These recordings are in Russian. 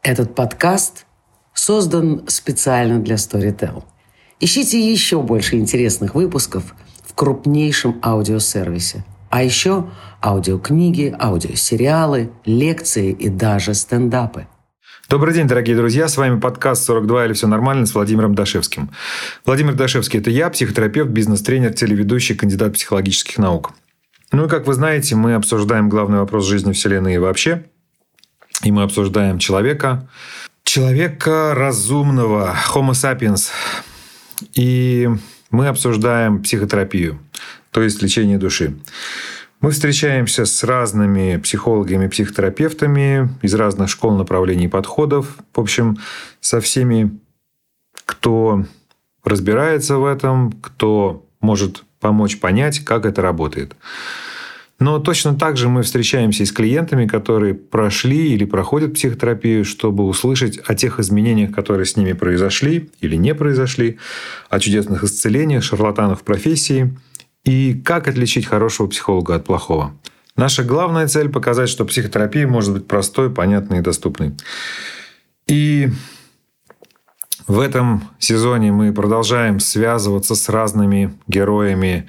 Этот подкаст создан специально для Storytel. Ищите еще больше интересных выпусков в крупнейшем аудиосервисе. А еще аудиокниги, аудиосериалы, лекции и даже стендапы. Добрый день, дорогие друзья. С вами подкаст «42 или все нормально» с Владимиром Дашевским. Владимир Дашевский – это я, психотерапевт, бизнес-тренер, телеведущий, кандидат психологических наук. Ну и, как вы знаете, мы обсуждаем главный вопрос жизни, Вселенной и вообще. И мы обсуждаем человека разумного, Homo sapiens. И мы обсуждаем психотерапию, то есть лечение души. Мы встречаемся с разными психологами, психотерапевтами из разных школ, направлений и подходов. В общем, со всеми, кто разбирается в этом, кто может помочь понять, как это работает. Но точно так же мы встречаемся и с клиентами, которые прошли или проходят психотерапию, чтобы услышать о тех изменениях, которые с ними произошли или не произошли, о чудесных исцелениях, шарлатанах в профессии и как отличить хорошего психолога от плохого. Наша главная цель – показать, что психотерапия может быть простой, понятной и доступной. И в этом сезоне мы продолжаем связываться с разными героями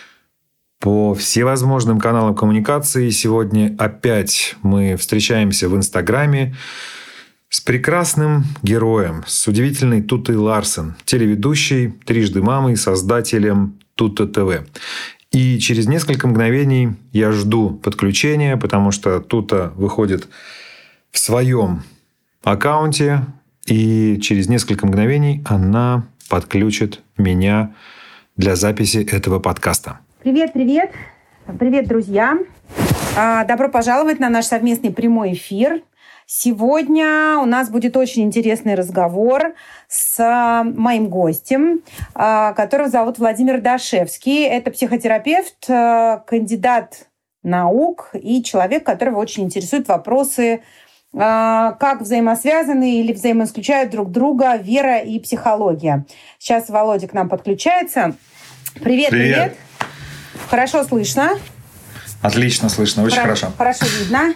по всевозможным каналам коммуникации. Сегодня опять мы встречаемся в Инстаграме с прекрасным героем, с удивительной Тутой Ларсен, телеведущей, трижды мамой, создателем Тута ТВ. И через несколько мгновений я жду подключения, потому что Тута выходит в своем аккаунте, и через несколько мгновений она подключит меня для записи этого подкаста. Привет, друзья! Добро пожаловать на наш совместный прямой эфир. Сегодня у нас будет очень интересный разговор с моим гостем, которого зовут Владимир Дашевский. Это психотерапевт, кандидат наук и человек, которого очень интересуют вопросы, как взаимосвязаны или взаимоисключают друг друга вера и психология. Сейчас Володя к нам подключается. Привет! Хорошо слышно? Отлично слышно, очень хорошо. Хорошо видно.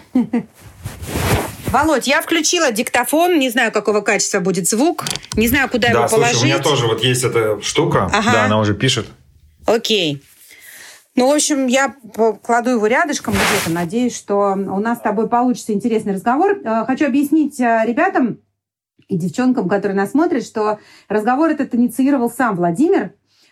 Володь, я включила диктофон, не знаю, какого качества будет звук, не знаю, куда его положить. Да, слушай, у меня тоже вот есть эта штука, да, она уже пишет. Окей. Ну, в общем, я кладу его рядышком где-то, надеюсь, что у нас с тобой получится интересный разговор. Хочу объяснить ребятам и девчонкам, которые нас смотрят, что разговор этот инициировал сам Владимир,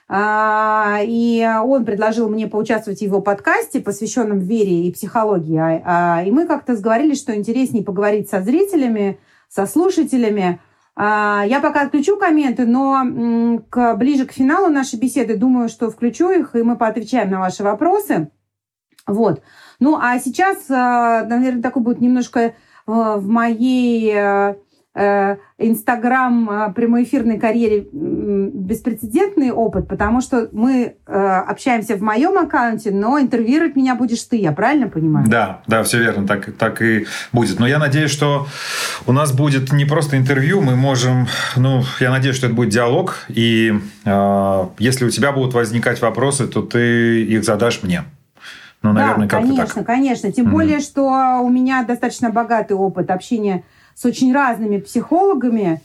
и он предложил мне поучаствовать в его подкасте, посвященном вере и психологии. И мы как-то сговорились, что интереснее поговорить со зрителями, со слушателями. Я пока отключу комменты, но ближе к финалу нашей беседы, думаю, что включу их, и мы поотвечаем на ваши вопросы. Вот. Ну, а сейчас, наверное, такой будет немножко в моей Инстаграм прямоэфирной карьере беспрецедентный опыт, потому что мы общаемся в моем аккаунте, но интервьюировать меня будешь ты, я правильно понимаю? Да, все верно, так и будет. Но я надеюсь, что у нас будет не просто интервью, мы можем, я надеюсь, что это будет диалог, и если у тебя будут возникать вопросы, то ты их задашь мне. Наверное, да, как-то так. Конечно. Тем более, что у меня достаточно богатый опыт общения с очень разными психологами,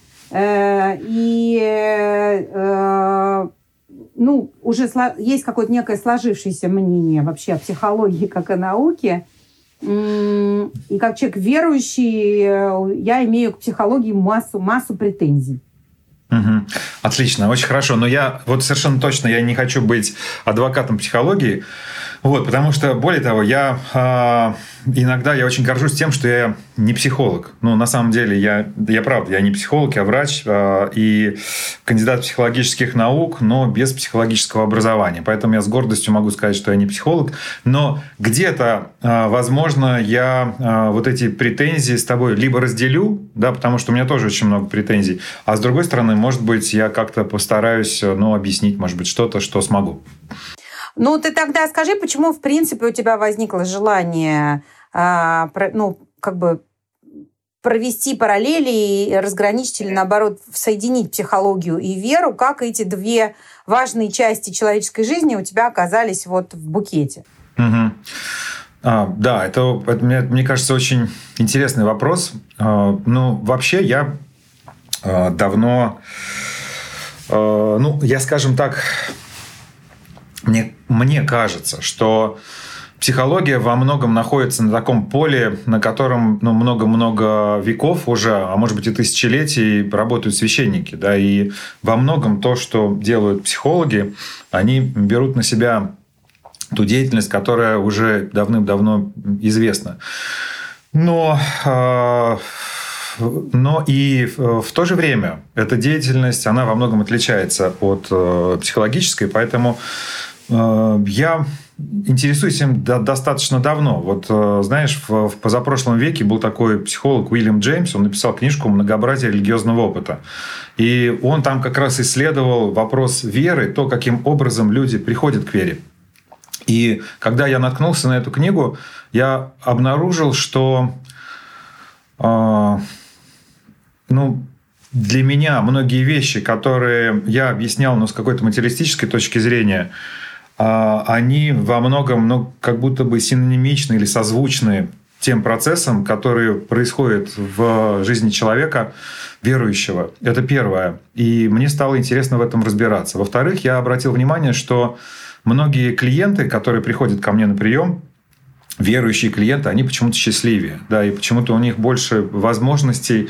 уже есть какое-то некое сложившееся мнение вообще о психологии как о науке. И как человек верующий, я имею к психологии массу претензий. Угу. Отлично, очень хорошо. Но я совершенно точно не хочу быть адвокатом психологии, потому что, более того, иногда я очень горжусь тем, что я не психолог. На самом деле, я правда, я не психолог, я врач и кандидат психологических наук, но без психологического образования. Поэтому я с гордостью могу сказать, что я не психолог. Но где-то, возможно, я эти претензии с тобой либо разделю, да, потому что у меня тоже очень много претензий, а с другой стороны, может быть, я как-то постараюсь объяснить, может быть, что-то, что смогу. Ты тогда скажи, почему, в принципе, у тебя возникло желание провести параллели и разграничить или, наоборот, соединить психологию и веру, как эти две важные части человеческой жизни у тебя оказались в букете? Угу. Да, это мне кажется, очень интересный вопрос. Вообще, я давно... я, скажем так, мне кажется, что психология во многом находится на таком поле, на котором много-много веков уже, а может быть и тысячелетий, работают священники. Да, и во многом то, что делают психологи, они берут на себя ту деятельность, которая уже давным-давно известна. Но и в то же время эта деятельность, она во многом отличается от психологической, поэтому я интересуюсь им достаточно давно. Вот, знаешь, в позапрошлом веке был такой психолог Уильям Джеймс, он написал книжку «Многообразие религиозного опыта». И он там как раз исследовал вопрос веры, то, каким образом люди приходят к вере. И когда я наткнулся на эту книгу, я обнаружил, что для меня многие вещи, которые я объяснял, с какой-то материалистической точки зрения, они во многом, как будто бы синонимичны или созвучны тем процессам, которые происходят в жизни человека, верующего. Это первое. И мне стало интересно в этом разбираться. Во-вторых, я обратил внимание, что многие клиенты, которые приходят ко мне на прием, верующие клиенты, они почему-то счастливее. Да, и почему-то у них больше возможностей,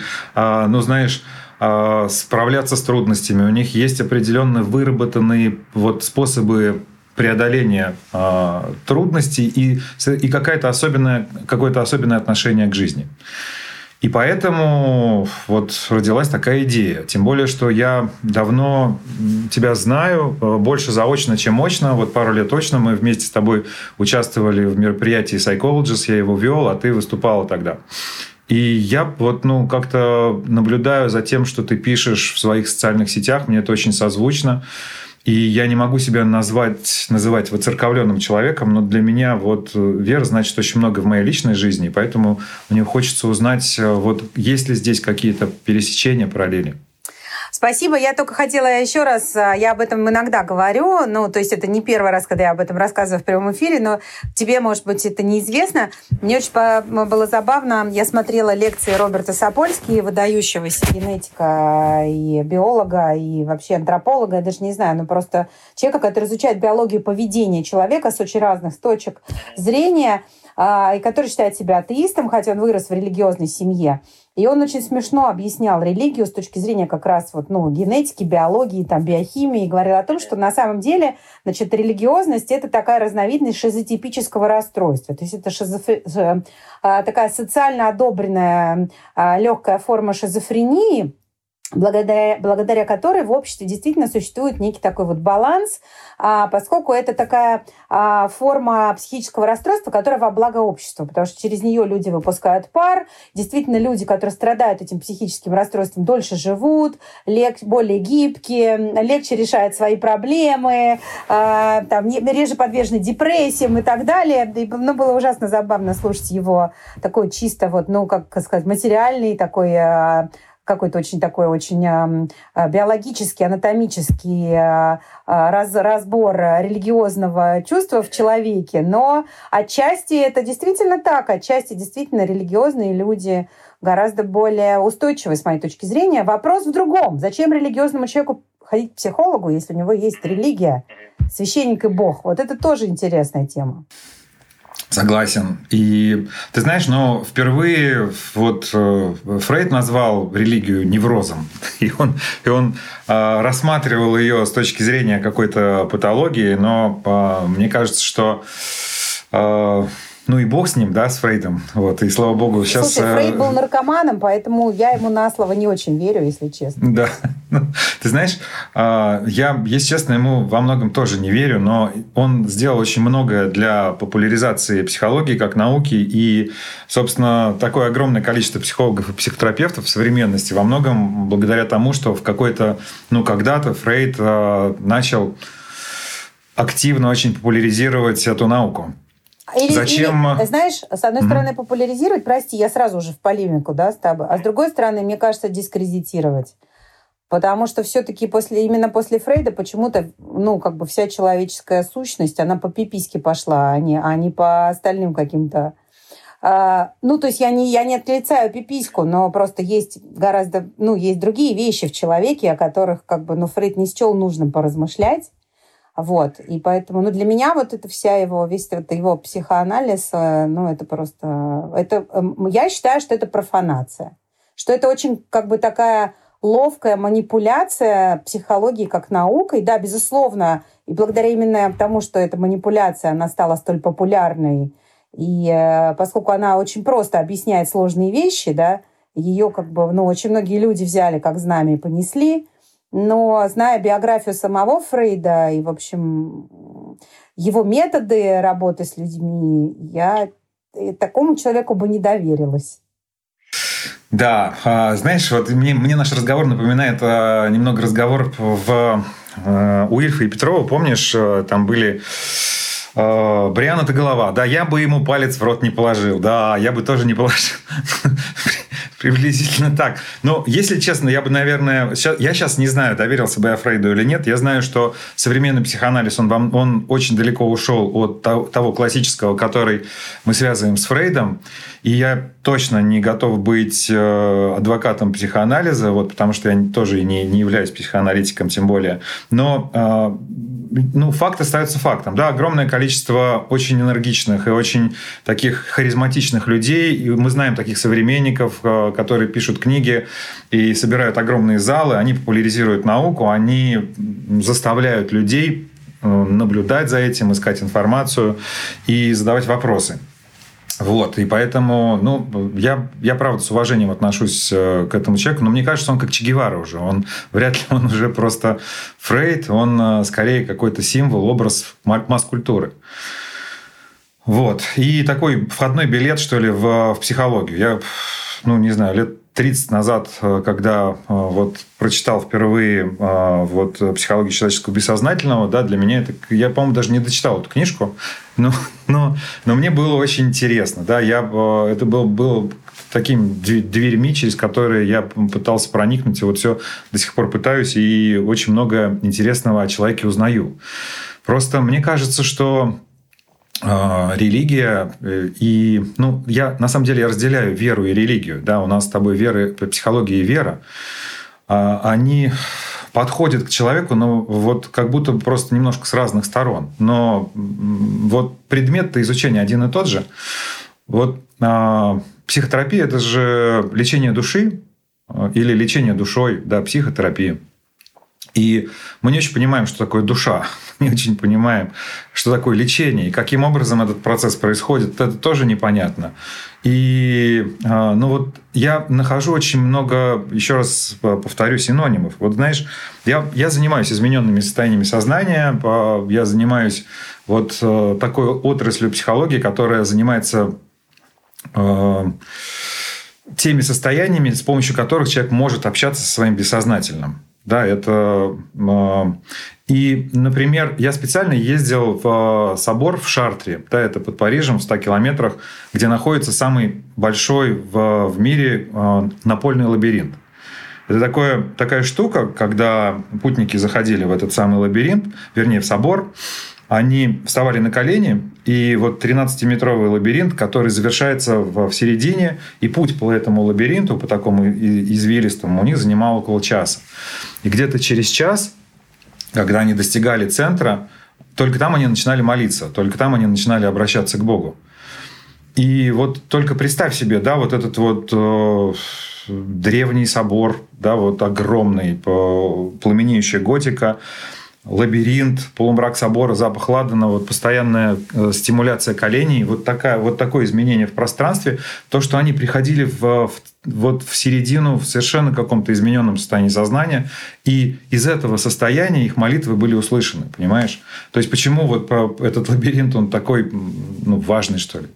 справляться с трудностями. У них есть определенно выработанные способы преодоления трудностей и какое-то особенное отношение к жизни. И поэтому родилась такая идея. Тем более, что я давно тебя знаю, больше заочно, чем очно. Пару лет точно мы вместе с тобой участвовали в мероприятии Psychologist, я его вел, а ты выступала тогда. И я как-то наблюдаю за тем, что ты пишешь в своих социальных сетях, мне это очень созвучно. И я не могу себя называть воцерковленным человеком, но для меня вера значит очень много в моей личной жизни, поэтому мне хочется узнать, есть ли здесь какие-то пересечения, параллели. Спасибо. Я только хотела еще раз, я об этом иногда говорю, то есть это не первый раз, когда я об этом рассказываю в прямом эфире, но тебе, может быть, это неизвестно. Мне очень было забавно, я смотрела лекции Роберта Сапольски, выдающегося генетика и биолога, и вообще антрополога, я даже не знаю, просто человека, который изучает биологию поведения человека с очень разных точек зрения, и который считает себя атеистом, хотя он вырос в религиозной семье. И он очень смешно объяснял религию с точки зрения как раз генетики, биологии, биохимии, и говорил о том, что на самом деле, религиозность – это такая разновидность шизотипического расстройства. То есть это такая социально одобренная легкая форма шизофрении, благодаря которой в обществе действительно существует некий такой баланс, поскольку это такая форма психического расстройства, которая во благо обществу, потому что через нее люди выпускают пар. Действительно, люди, которые страдают этим психическим расстройством, дольше живут, более гибкие, легче решают свои проблемы, реже подвержены депрессиям и так далее. И, было ужасно забавно слушать его такой чисто, материальный такой какой-то очень биологический, анатомический разбор религиозного чувства в человеке. Но отчасти это действительно так. Отчасти действительно религиозные люди гораздо более устойчивы, с моей точки зрения. Вопрос в другом. Зачем религиозному человеку ходить к психологу, если у него есть религия, священник и Бог? Это тоже интересная тема. Согласен. И ты знаешь, впервые Фрейд назвал религию неврозом. И он рассматривал ее с точки зрения какой-то патологии, но мне кажется, что и бог с ним, да, с Фрейдом. И слава богу, сейчас... Слушай, Фрейд был наркоманом, поэтому я ему на слово не очень верю, если честно. Да. Ты знаешь, я, если честно, ему во многом тоже не верю, но он сделал очень многое для популяризации психологии как науки. И, собственно, такое огромное количество психологов и психотерапевтов в современности во многом благодаря тому, что в какой-то, когда-то Фрейд начал активно очень популяризировать эту науку. Зачем? Или, знаешь, с одной стороны, популяризировать, прости, я сразу уже в полемику, с тобой, а с другой стороны, мне кажется, дискредитировать. Потому что все-таки именно после Фрейда почему-то, вся человеческая сущность, она по пипиське пошла, а не по остальным каким-то. То есть я не отрицаю пипиську, но просто есть есть другие вещи в человеке, о которых Фрейд не счел нужным поразмышлять. Вот. И поэтому, для меня весь его психоанализ, это просто... я считаю, что это профанация. Что это очень такая ловкая манипуляция психологии как наукой. Да, безусловно, и благодаря именно тому, что эта манипуляция, она стала столь популярной, и поскольку она очень просто объясняет сложные вещи, да, ее очень многие люди взяли как знамя и понесли. Но зная биографию самого Фрейда и, в общем, его методы работы с людьми, я такому человеку бы не доверилась. Да, знаешь, мне наш разговор напоминает немного разговор у Ильфа и Петрова. Помнишь, там были Бриан – это голова. Да, я бы ему палец в рот не положил. Да, я бы тоже не положил. Приблизительно так. Но, если честно, я бы, наверное... Я сейчас не знаю, доверился бы я Фрейду или нет. Я знаю, что современный психоанализ, он очень далеко ушел от того классического, который мы связываем с Фрейдом. И я точно не готов быть адвокатом психоанализа, потому что я тоже не являюсь психоаналитиком, тем более. Но факт остается фактом. Да, огромное количество очень энергичных и очень таких харизматичных людей. И мы знаем таких современников, которые пишут книги и собирают огромные залы. Они популяризируют науку, они заставляют людей наблюдать за этим, искать информацию и задавать вопросы. Вот, и поэтому, я правда с уважением отношусь к этому человеку, но мне кажется, он как Че Гевара уже. Вряд ли он уже просто Фрейд, он скорее какой-то символ, образ масс-культуры. Вот. И такой входной билет, что ли, в психологию. Я, не знаю, лет 30 назад, когда прочитал впервые «Психологию человеческого бессознательного», да, для меня это... Я, по-моему, даже не дочитал эту книжку, но мне было очень интересно. Да, это было такими дверьми, через которые я пытался проникнуть, и все до сих пор пытаюсь, и очень много интересного о человеке узнаю. Просто мне кажется, что религия и... я на самом деле разделяю веру и религию. Да, у нас с тобой психология и вера. Они подходят к человеку, как будто просто немножко с разных сторон. Но предмет изучения один и тот же. Психотерапия – это же лечение души или лечение душой, да, психотерапия. И мы не очень понимаем, что такое душа, не очень понимаем, что такое лечение, и каким образом этот процесс происходит, это тоже непонятно. И я нахожу очень много, еще раз повторю, синонимов. Знаешь, я занимаюсь измененными состояниями сознания, я занимаюсь такой отраслью психологии, которая занимается теми состояниями, с помощью которых человек может общаться со своим бессознательным. Да, это... И, например, я специально ездил в собор в Шартре, да, это под Парижем, в 100 километрах, где находится самый большой в мире напольный лабиринт. Это такая штука, когда путники заходили в этот самый лабиринт, вернее, в собор, они вставали на колени, и 13-метровый лабиринт, который завершается в середине, и путь по этому лабиринту, по такому извилистому, у них занимал около часа. И где-то через час, когда они достигали центра, только там они начинали молиться, только там они начинали обращаться к Богу. И только представь себе, да, этот древний собор, да, огромный, пламенеющая готика, лабиринт, полумрак собора, запах ладана, постоянная стимуляция коленей, такое изменение в пространстве, то, что они приходили в середину, в совершенно каком-то измененном состоянии сознания, и из этого состояния их молитвы были услышаны, понимаешь? То есть почему этот лабиринт, он такой важный, что ли?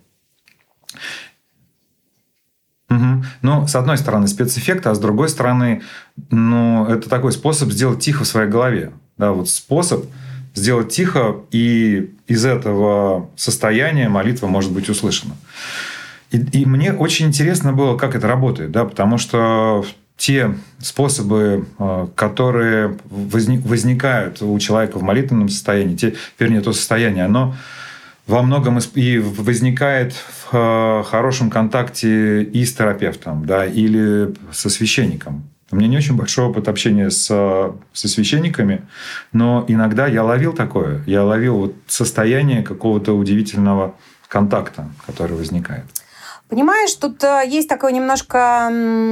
Угу. С одной стороны, спецэффект, а с другой стороны, это такой способ сделать тихо в своей голове. Да, способ сделать тихо, и из этого состояния молитва может быть услышана. И мне очень интересно было, как это работает, да, потому что те способы, которые возникают у человека в молитвенном состоянии, то состояние, оно во многом и возникает в хорошем контакте и с терапевтом, да, или со священником. У меня не очень большой опыт общения со священниками, но иногда я ловил такое. Я ловил вот состояние какого-то удивительного контакта, который возникает. Понимаешь, тут есть такое немножко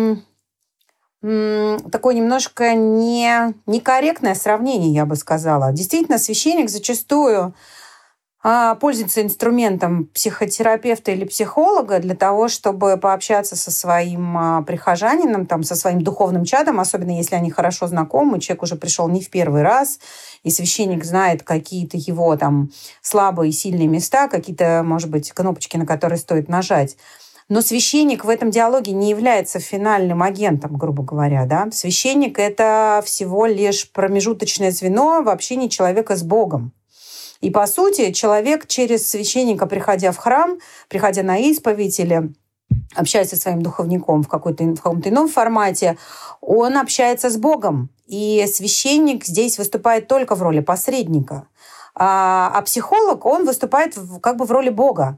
некорректное сравнение, я бы сказала. Действительно, священник зачастую пользуется инструментом психотерапевта или психолога для того, чтобы пообщаться со своим прихожанином, там, со своим духовным чадом, особенно если они хорошо знакомы, человек уже пришел не в первый раз, и священник знает какие-то его там слабые и сильные места, какие-то, может быть, кнопочки, на которые стоит нажать. Но священник в этом диалоге не является финальным агентом, грубо говоря. Да? Священник – это всего лишь промежуточное звено в общении человека с Богом. И, по сути, человек через священника, приходя в храм, приходя на исповедь или общаясь со своим духовником в каком-то ином формате, он общается с Богом. И священник здесь выступает только в роли посредника. А психолог, он выступает как бы в роли Бога.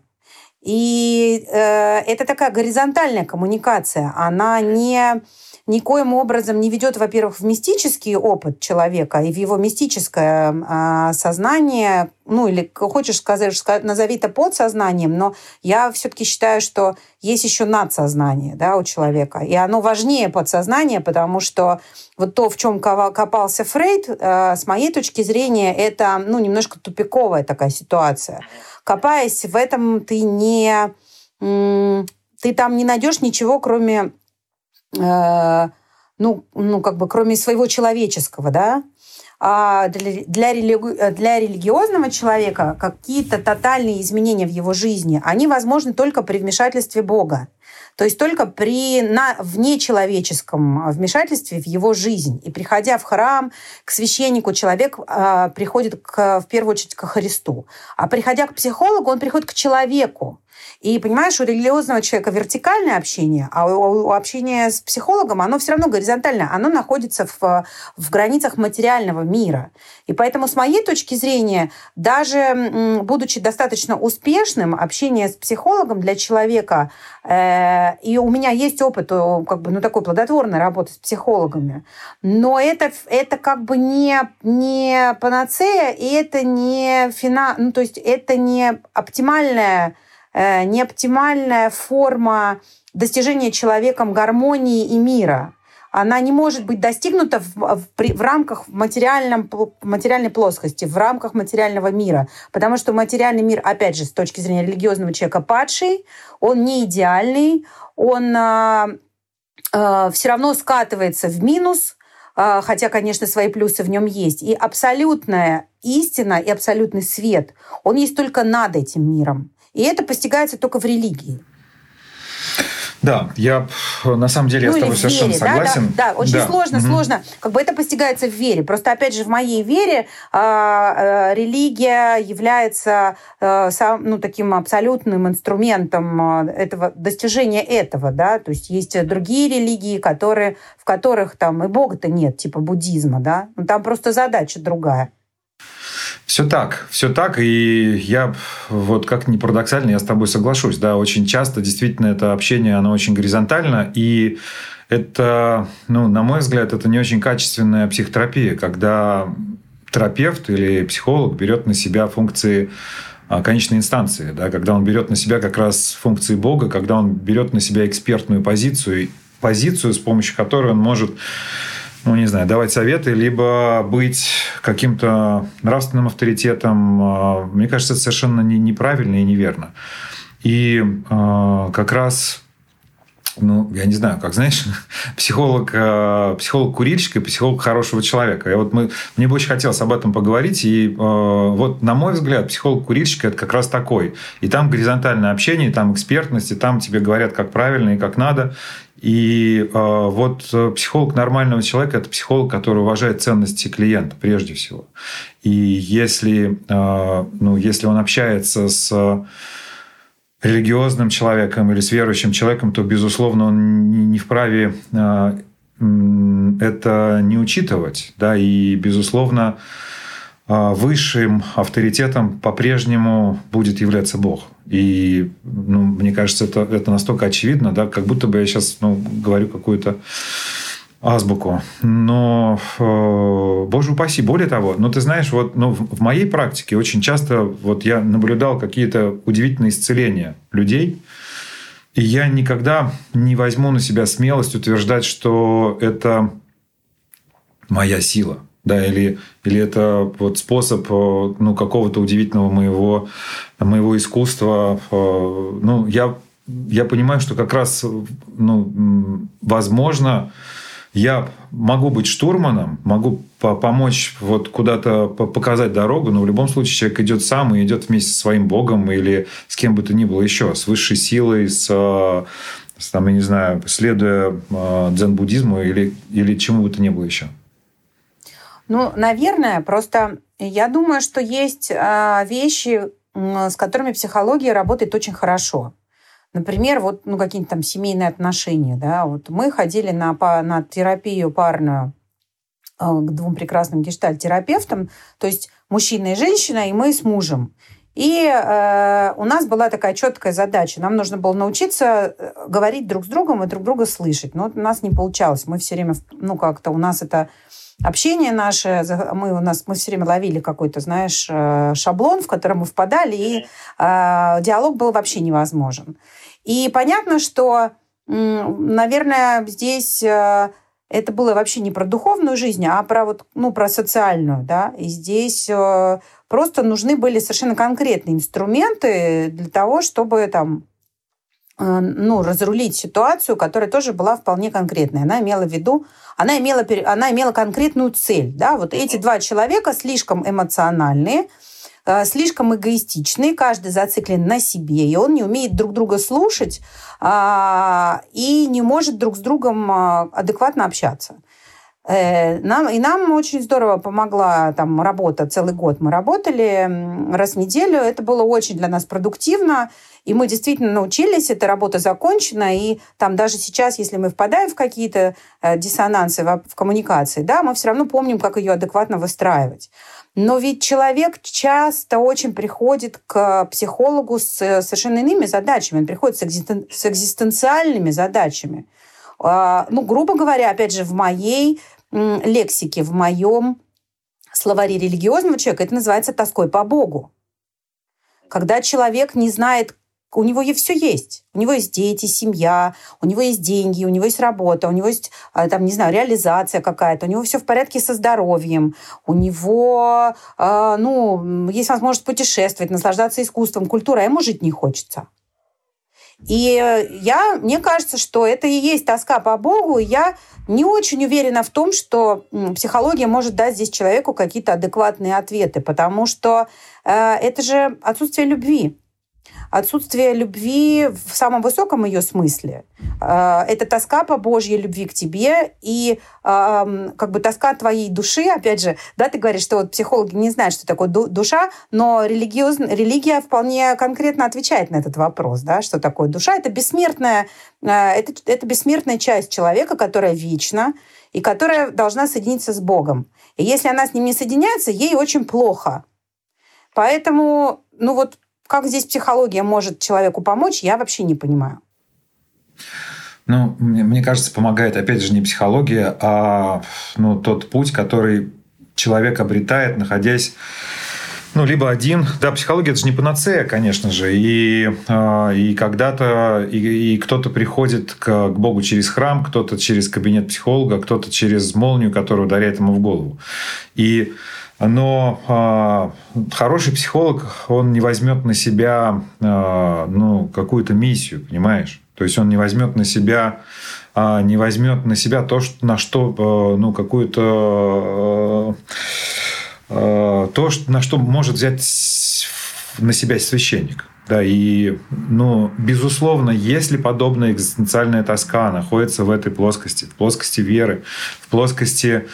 И это такая горизонтальная коммуникация. Она никоим образом не ведет, во-первых, в мистический опыт человека и в его мистическое сознание, ну или хочешь сказать, назови это подсознанием, но я все-таки считаю, что есть еще надсознание, да, у человека. И оно важнее подсознания, потому что вот то, в чем копался Фрейд, с моей точки зрения, это немножко тупиковая такая ситуация. Копаясь в этом, ты там не найдешь ничего, кроме кроме своего человеческого, да. А для религиозного человека какие-то тотальные изменения в его жизни, они возможны только при вмешательстве Бога. То есть только при внечеловеческом вмешательстве в его жизнь. И приходя в храм, к священнику, человек приходит в первую очередь ко Христу. А приходя к психологу, он приходит к человеку. И, понимаешь, у религиозного человека вертикальное общение, а у общения с психологом оно все равно горизонтальное. Оно находится в границах материального мира. И поэтому, с моей точки зрения, даже будучи достаточно успешным, общение с психологом для человека, и у меня есть опыт такой плодотворной работы с психологами, но это как бы не панацея, и это не то есть это не оптимальная форма достижения человеком гармонии и мира. Она не может быть достигнута в рамках материальной плоскости, в рамках материального мира. Потому что материальный мир, опять же, с точки зрения религиозного человека, падший, он не идеальный, он все равно скатывается в минус, хотя, конечно, свои плюсы в нем есть. И абсолютная истина и абсолютный свет, он есть только над этим миром. И это постигается только в религии. Да, я на самом деле с тобой совершенно согласен. Да, очень сложно. Как бы это постигается в вере. Просто, опять же, в моей вере религия является таким абсолютным инструментом достижения этого. Да? То есть есть другие религии, в которых там и Бога-то нет, типа буддизма. Да? Но там просто задача другая. Все так. И я, как ни парадоксально, я с тобой соглашусь. Да, очень часто действительно это общение, оно очень горизонтально. И это, на мой взгляд, это не очень качественная психотерапия, когда терапевт или психолог берет на себя функции конечной инстанции, да, когда он берет на себя как раз функции Бога, когда он берет на себя экспертную позицию, с помощью которой он может давать советы, либо быть каким-то нравственным авторитетом. Мне кажется, это совершенно неправильно и неверно. И как раз, я не знаю, психолог-курильщик и психолог хорошего человека. Мне бы очень хотелось об этом поговорить. И на мой взгляд, психолог-курильщик – это как раз такой. И там горизонтальное общение, и там экспертность, и там тебе говорят, как правильно и как надо. И психолог нормального человека – это психолог, который уважает ценности клиента прежде всего. И если он общается с религиозным человеком или с верующим человеком, то, безусловно, он не вправе это не учитывать. Да, и, безусловно, высшим авторитетом по-прежнему будет являться Бог. И мне кажется, это настолько очевидно, да, как будто бы я сейчас говорю какую-то азбуку. Но, Боже упаси, более того, ты знаешь, в моей практике очень часто я наблюдал какие-то удивительные исцеления людей, и я никогда не возьму на себя смелость утверждать, что это моя сила. Да, или это способ какого-то удивительного моего искусства. Я понимаю, что как раз возможно, я могу быть штурманом, могу помочь куда-то показать дорогу, но в любом случае человек идет сам и идет вместе со своим Богом или с кем бы то ни было еще, с высшей силой, я не знаю, следуя дзен-буддизму или чему бы то ни было еще. Наверное, просто я думаю, что есть вещи, с которыми психология работает очень хорошо. Например, какие-нибудь там семейные отношения. Да? Мы ходили на терапию парную к 2 прекрасным гештальт-терапевтам, то есть мужчина и женщина, и мы с мужем. И у нас была такая четкая задача. Нам нужно было научиться говорить друг с другом и друг друга слышать. Но у нас не получалось. Мы все время, как-то у нас это общение наше, мы все время ловили какой-то, знаешь, шаблон, в который мы впадали, и диалог был вообще невозможен. И понятно, что, наверное, здесь это было вообще не про духовную жизнь, а про социальную, да, и здесь просто нужны были совершенно конкретные инструменты для того, чтобы разрулить ситуацию, которая тоже была вполне конкретной. Она имела в виду, она имела конкретную цель. Да? Эти 2 человека слишком эмоциональные, слишком эгоистичные, каждый зациклен на себе, и он не умеет друг друга слушать и не может друг с другом адекватно общаться. Нам очень здорово помогла работа. Целый год мы работали раз в неделю. Это было очень для нас продуктивно. И мы действительно научились. Эта работа закончена. И даже сейчас, если мы впадаем в какие-то диссонансы в коммуникации, да, мы все равно помним, как ее адекватно выстраивать. Но ведь человек часто очень приходит к психологу с совершенно иными задачами. Он приходит с экзистенциальными задачами. Грубо говоря, опять же, в моей лексике, в моем словаре религиозного человека это называется тоской по Богу. Когда человек не знает, у него все есть. У него есть дети, семья, у него есть деньги, у него есть работа, у него есть, реализация какая-то, у него все в порядке со здоровьем, у него есть возможность путешествовать, наслаждаться искусством, культурой, а ему жить не хочется. И мне кажется, что это и есть тоска по Богу. Я не очень уверена в том, что психология может дать здесь человеку какие-то адекватные ответы, потому что это же отсутствие любви. Отсутствие любви в самом высоком ее смысле. Это тоска по Божьей любви к тебе и тоска твоей души. Опять же, да, ты говоришь, что психологи не знают, что такое душа, но религия вполне конкретно отвечает на этот вопрос. Да, что такое душа? Это бессмертная часть человека, которая вечна и которая должна соединиться с Богом. И если она с ним не соединяется, ей очень плохо. Поэтому, как здесь психология может человеку помочь, я вообще не понимаю. Мне кажется, помогает, опять же, не психология, а тот путь, который человек обретает, находясь либо один. Да, психология – это же не панацея, конечно же. И когда-то и кто-то приходит к Богу через храм, кто-то через кабинет психолога, кто-то через молнию, которая ударяет ему в голову. Но хороший психолог, он не возьмет на себя какую-то миссию, понимаешь? То есть он не возьмет на себя то, на что может взять на себя священник. Да, и, безусловно, если подобная экзистенциальная тоска находится в этой плоскости, в плоскости веры, в плоскости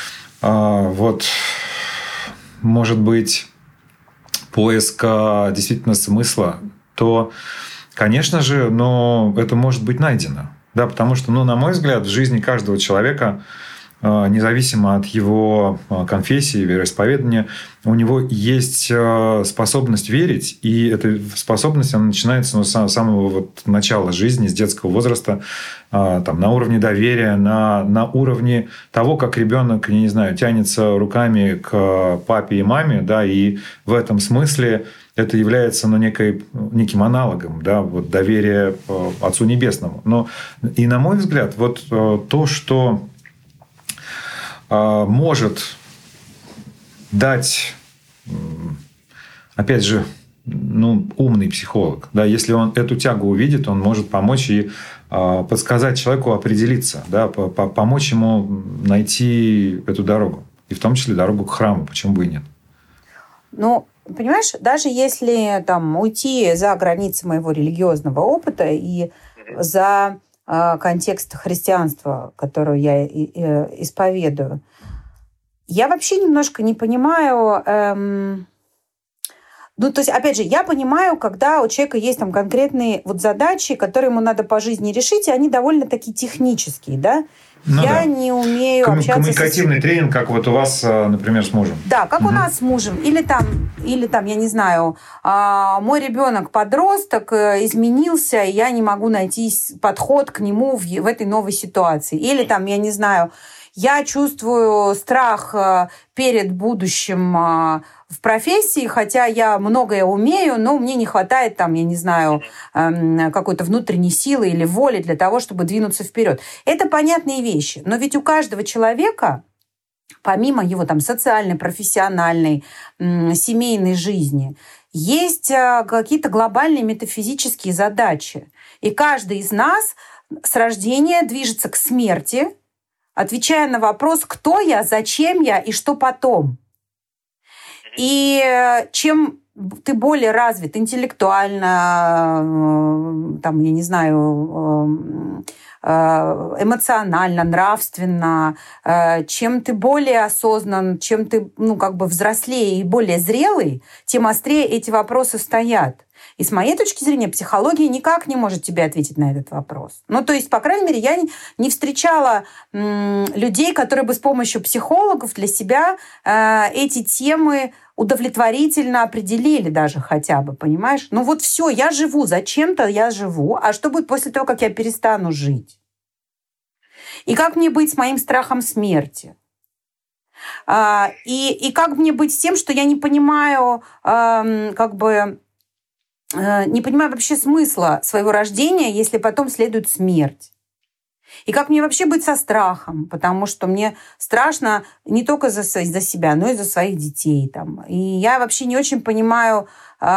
может быть, поиска действительно смысла, то, конечно же, это может быть найдено. Да, потому что, на мой взгляд, в жизни каждого человека независимо от его конфессии, вероисповедания, у него есть способность верить, и эта способность, она начинается с самого вот начала жизни, с детского возраста, там, на уровне доверия, на уровне того, как ребенок, я не знаю, тянется руками к папе и маме, да, и в этом смысле это является неким аналогом, да, вот доверия Отцу Небесному. Но и на мой взгляд, вот то, что может дать, опять же, умный психолог. Да, если он эту тягу увидит, он может помочь и подсказать человеку определиться, да, помочь ему найти эту дорогу. И в том числе дорогу к храму. Почему бы и нет? Понимаешь, даже если там уйти за границы моего религиозного опыта и за контекст христианства, которое я исповедую, я вообще немножко не понимаю... то есть, опять же, я понимаю, когда у человека есть там конкретные вот задачи, которые ему надо по жизни решить, и они довольно-таки технические, да? Я не умею общаться коммуникативный тренинг, как вот у вас, например, с мужем. Да, как у нас с мужем. Или там, я не знаю, мой ребенок подросток изменился, и я не могу найти подход к нему в этой новой ситуации. Или там, я не знаю, я чувствую страх перед будущим в профессии, хотя я многое умею, но мне не хватает там, я не знаю, какой-то внутренней силы или воли для того, чтобы двинуться вперед. Это понятные вещи. Но ведь у каждого человека, помимо его там социальной, профессиональной, семейной жизни, есть какие-то глобальные метафизические задачи. И каждый из нас с рождения движется к смерти, отвечая на вопрос, кто я, зачем я и что потом. И чем ты более развит интеллектуально, там, я не знаю, эмоционально, нравственно, чем ты более осознан, чем ты взрослее и более зрелый, тем острее эти вопросы стоят. И с моей точки зрения, психология никак не может тебе ответить на этот вопрос. То есть, по крайней мере, я не встречала людей, которые бы с помощью психологов для себя эти темы удовлетворительно определили даже хотя бы, понимаешь? Все, я живу, зачем-то я живу, а что будет после того, как я перестану жить? И как мне быть с моим страхом смерти? И как мне быть с тем, что я не понимаю, не понимаю вообще смысла своего рождения, если потом следует смерть. И как мне вообще быть со страхом, потому что мне страшно не только за себя, но и за своих детей. И я вообще не очень понимаю,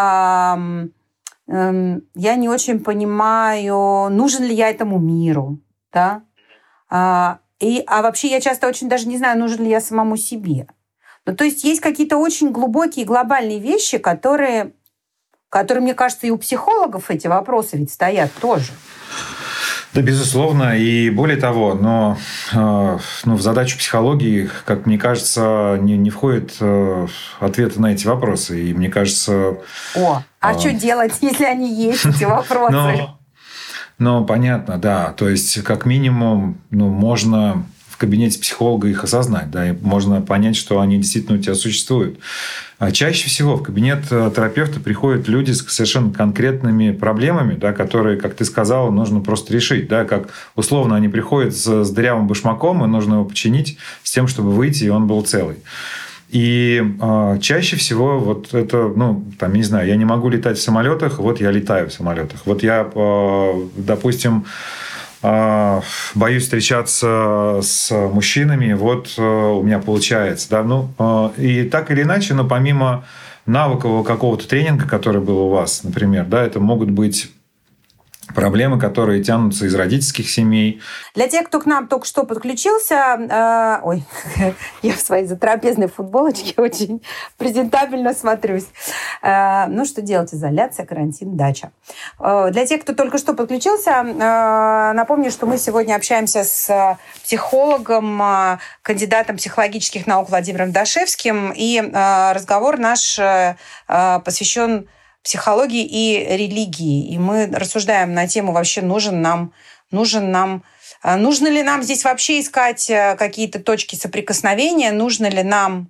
нужен ли я этому миру. Да? А вообще я часто очень даже не знаю, нужен ли я самому себе. То есть есть какие-то очень глубокие глобальные вещи, которые, мне кажется, и у психологов эти вопросы ведь стоят тоже. Да, безусловно. И более того, но в задачу психологии, как мне кажется, не входит ответы на эти вопросы. И мне кажется... что делать, если они есть, эти вопросы? Понятно, да. То есть, как минимум, можно в кабинете психолога их осознать, да, и можно понять, что они действительно у тебя существуют. А чаще всего в кабинет терапевта приходят люди с совершенно конкретными проблемами, да, которые, как ты сказала, нужно просто решить. Да, как условно они приходят с дырявым башмаком, и нужно его починить с тем, чтобы выйти, и он был целый. И чаще всего вот это, я не знаю, я не могу летать в самолетах, вот я летаю в самолетах. Вот я, допустим, боюсь встречаться с мужчинами, вот у меня получается. Да? И так или иначе, но помимо навыкового какого-то тренинга, который был у вас, например, да, это могут быть проблемы, которые тянутся из родительских семей. Для тех, кто к нам только что подключился, я в своей затрапезной футболочке очень презентабельно смотрюсь. Что делать? Изоляция, карантин, дача. Для тех, кто только что подключился, напомню, что мы сегодня общаемся с психологом, кандидатом психологических наук Владимиром Дашевским, и разговор наш посвящен психологии и религии. И мы рассуждаем на тему, вообще нужен нам Нужно ли нам здесь вообще искать какие-то точки соприкосновения? Нужно ли нам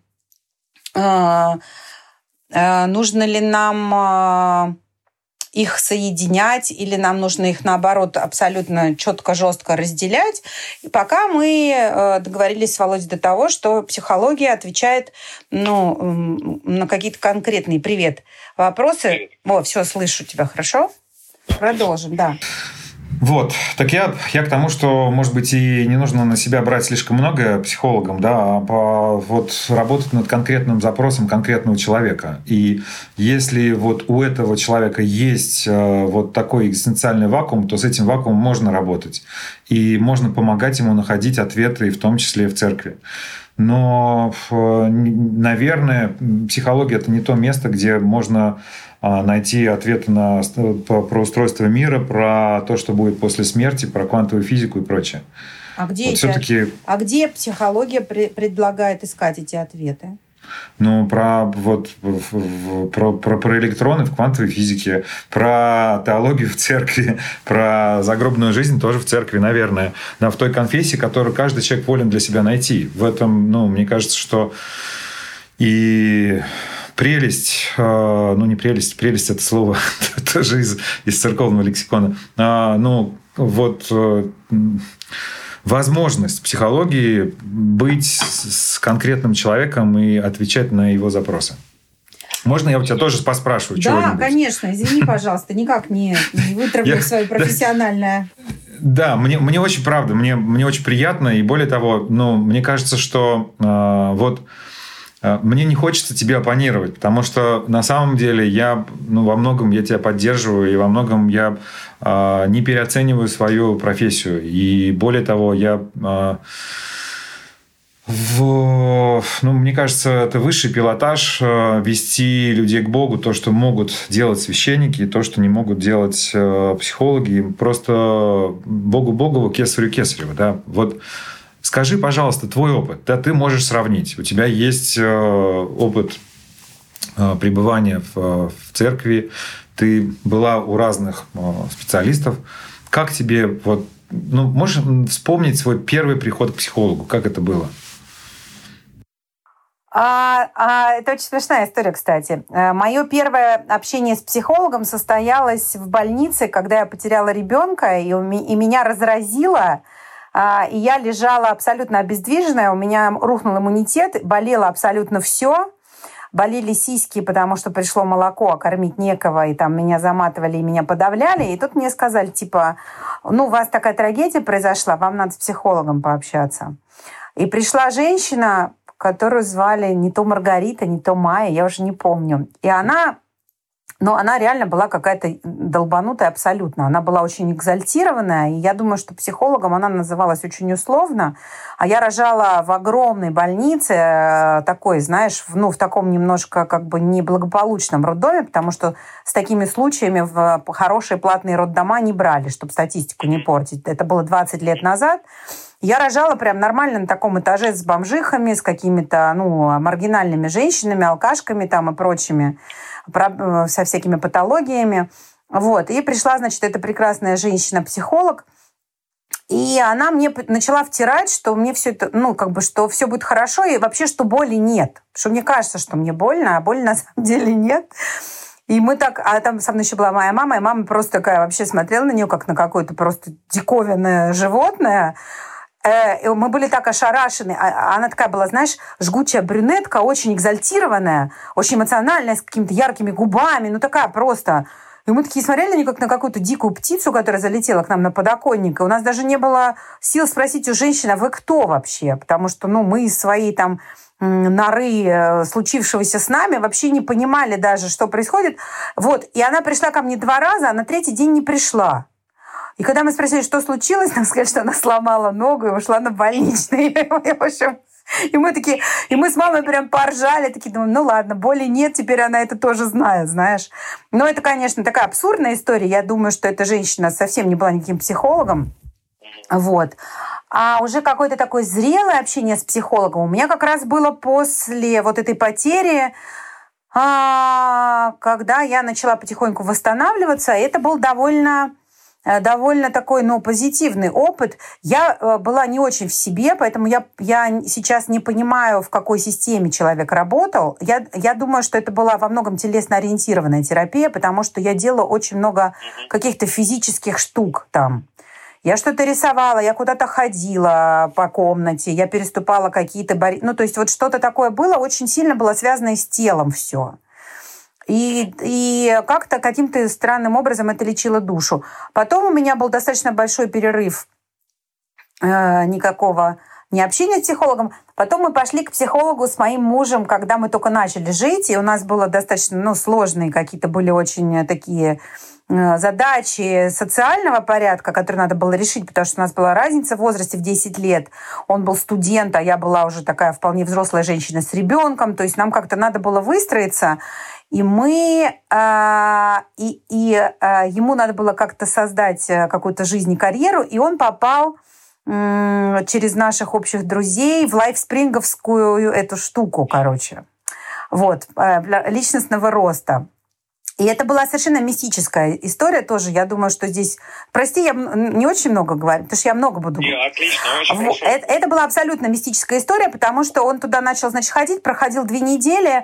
их соединять, или нам нужно их, наоборот, абсолютно четко, жестко разделять. И пока мы договорились с Володей до того, что психология отвечает на какие-то конкретные вопросы. Все, слышу тебя, хорошо? Продолжим, да. Вот. Так я к тому, что, может быть, и не нужно на себя брать слишком много психологом, да, а работать над конкретным запросом конкретного человека. И если вот у этого человека есть вот такой экзистенциальный вакуум, то с этим вакуумом можно работать. И можно помогать ему находить ответы, в том числе и в церкви. Но, наверное, психология – это не то место, где можно найти ответы про устройство мира, про то, что будет после смерти, про квантовую физику и прочее. Где психология предлагает искать эти ответы? Про электроны в квантовой физике, про теологию в церкви, про загробную жизнь тоже в церкви, наверное. Да, в той конфессии, которую каждый человек волен для себя найти. В этом, мне кажется, что и прелесть, прелесть это слово тоже из церковного лексикона, возможность психологии быть с конкретным человеком и отвечать на его запросы. Можно я у тебя тоже поспрашиваю чего-нибудь? Да, конечно. Извини, пожалуйста, никак не вытравлю свое профессиональное... Да, мне очень, правда, мне очень приятно. И более того, мне кажется, что мне не хочется тебе оппонировать, потому что на самом деле я во многом я тебя поддерживаю, и во многом я не переоцениваю свою профессию. И более того, мне кажется, это высший пилотаж вести людей к Богу, то, что могут делать священники, и то, что не могут делать психологи. Просто Богу, Кесарю Кесарева. Да? Вот скажи, пожалуйста, твой опыт. Да, ты можешь сравнить. У тебя есть опыт пребывания в церкви, ты была у разных специалистов. Как тебе, можешь вспомнить свой первый приход к психологу? Как это было? Это очень смешная история, кстати. Мое первое общение с психологом состоялось в больнице, когда я потеряла ребенка, и меня разразило. И я лежала абсолютно обездвиженная, у меня рухнул иммунитет, болело абсолютно все. Болели сиськи, потому что пришло молоко, а кормить некого, и там меня заматывали, и меня подавляли. И тут мне сказали, у вас такая трагедия произошла, вам надо с психологом пообщаться. И пришла женщина, которую звали не то Маргарита, не то Майя, я уже не помню. И она реально была какая-то долбанутая абсолютно. Она была очень экзальтированная, и я думаю, что психологом она называлась очень условно. А я рожала в огромной больнице, такой, знаешь, в таком немножко неблагополучном роддоме, потому что с такими случаями в хорошие платные роддома не брали, чтобы статистику не портить. Это было 20 лет назад. Я рожала прям нормально на таком этаже с бомжихами, с какими-то маргинальными женщинами, алкашками там и прочими, со всякими патологиями. И пришла, значит, эта прекрасная женщина-психолог, и она мне начала втирать, что мне все это, что все будет хорошо, и вообще, что боли нет. Что мне кажется, что мне больно, а боли на самом деле нет. И мы так... А там со мной еще была моя мама, и мама просто такая вообще смотрела на нее, как на какое-то просто диковинное животное. И мы были так ошарашены. Она такая была, знаешь, жгучая брюнетка, очень экзальтированная, очень эмоциональная, с какими-то яркими губами, такая просто... И мы такие смотрели на нее, как на какую-то дикую птицу, которая залетела к нам на подоконник. И у нас даже не было сил спросить у женщины, а вы кто вообще? Потому что, мы из своей там норы случившегося с нами вообще не понимали даже, что происходит. И она пришла ко мне 2 раза, а на 3-й день не пришла. И когда мы спросили, что случилось, нам сказали, что она сломала ногу и ушла на больничный. В общем, и мы с мамой прям поржали, такие думаем, ладно, боли нет, теперь она это тоже знает, знаешь. Но это, конечно, такая абсурдная история. Я думаю, что эта женщина совсем не была никаким психологом. А уже какое-то такое зрелое общение с психологом у меня как раз было после этой потери, когда я начала потихоньку восстанавливаться. Это был довольно довольно такой, позитивный опыт. Я была не очень в себе, поэтому я сейчас не понимаю, в какой системе человек работал. Я думаю, что это была во многом телесно-ориентированная терапия, потому что я делала очень много каких-то физических штук там. Я что-то рисовала, я куда-то ходила по комнате, я переступала какие-то барьеры. То есть вот что-то такое было, очень сильно было связано с телом все. И как-то каким-то странным образом это лечило душу. Потом у меня был достаточно большой перерыв, никакого не общения с психологом. Потом мы пошли к психологу с моим мужем, когда мы только начали жить, и у нас было достаточно сложные какие-то были очень такие задачи социального порядка, которые надо было решить, потому что у нас была разница в возрасте в 10 лет. Он был студент, а я была уже такая вполне взрослая женщина с ребенком. То есть нам как-то надо было выстроиться. И ему надо было как-то создать какую-то жизнь и карьеру, и он попал через наших общих друзей в лайфспринговскую эту штуку, личностного роста. И это была совершенно мистическая история тоже. Я думаю, что здесь... Прости, я не очень много говорю, потому что я много буду говорить. Отлично, очень хорошо. Это была абсолютно мистическая история, потому что он туда начал, ходить, проходил 2 недели,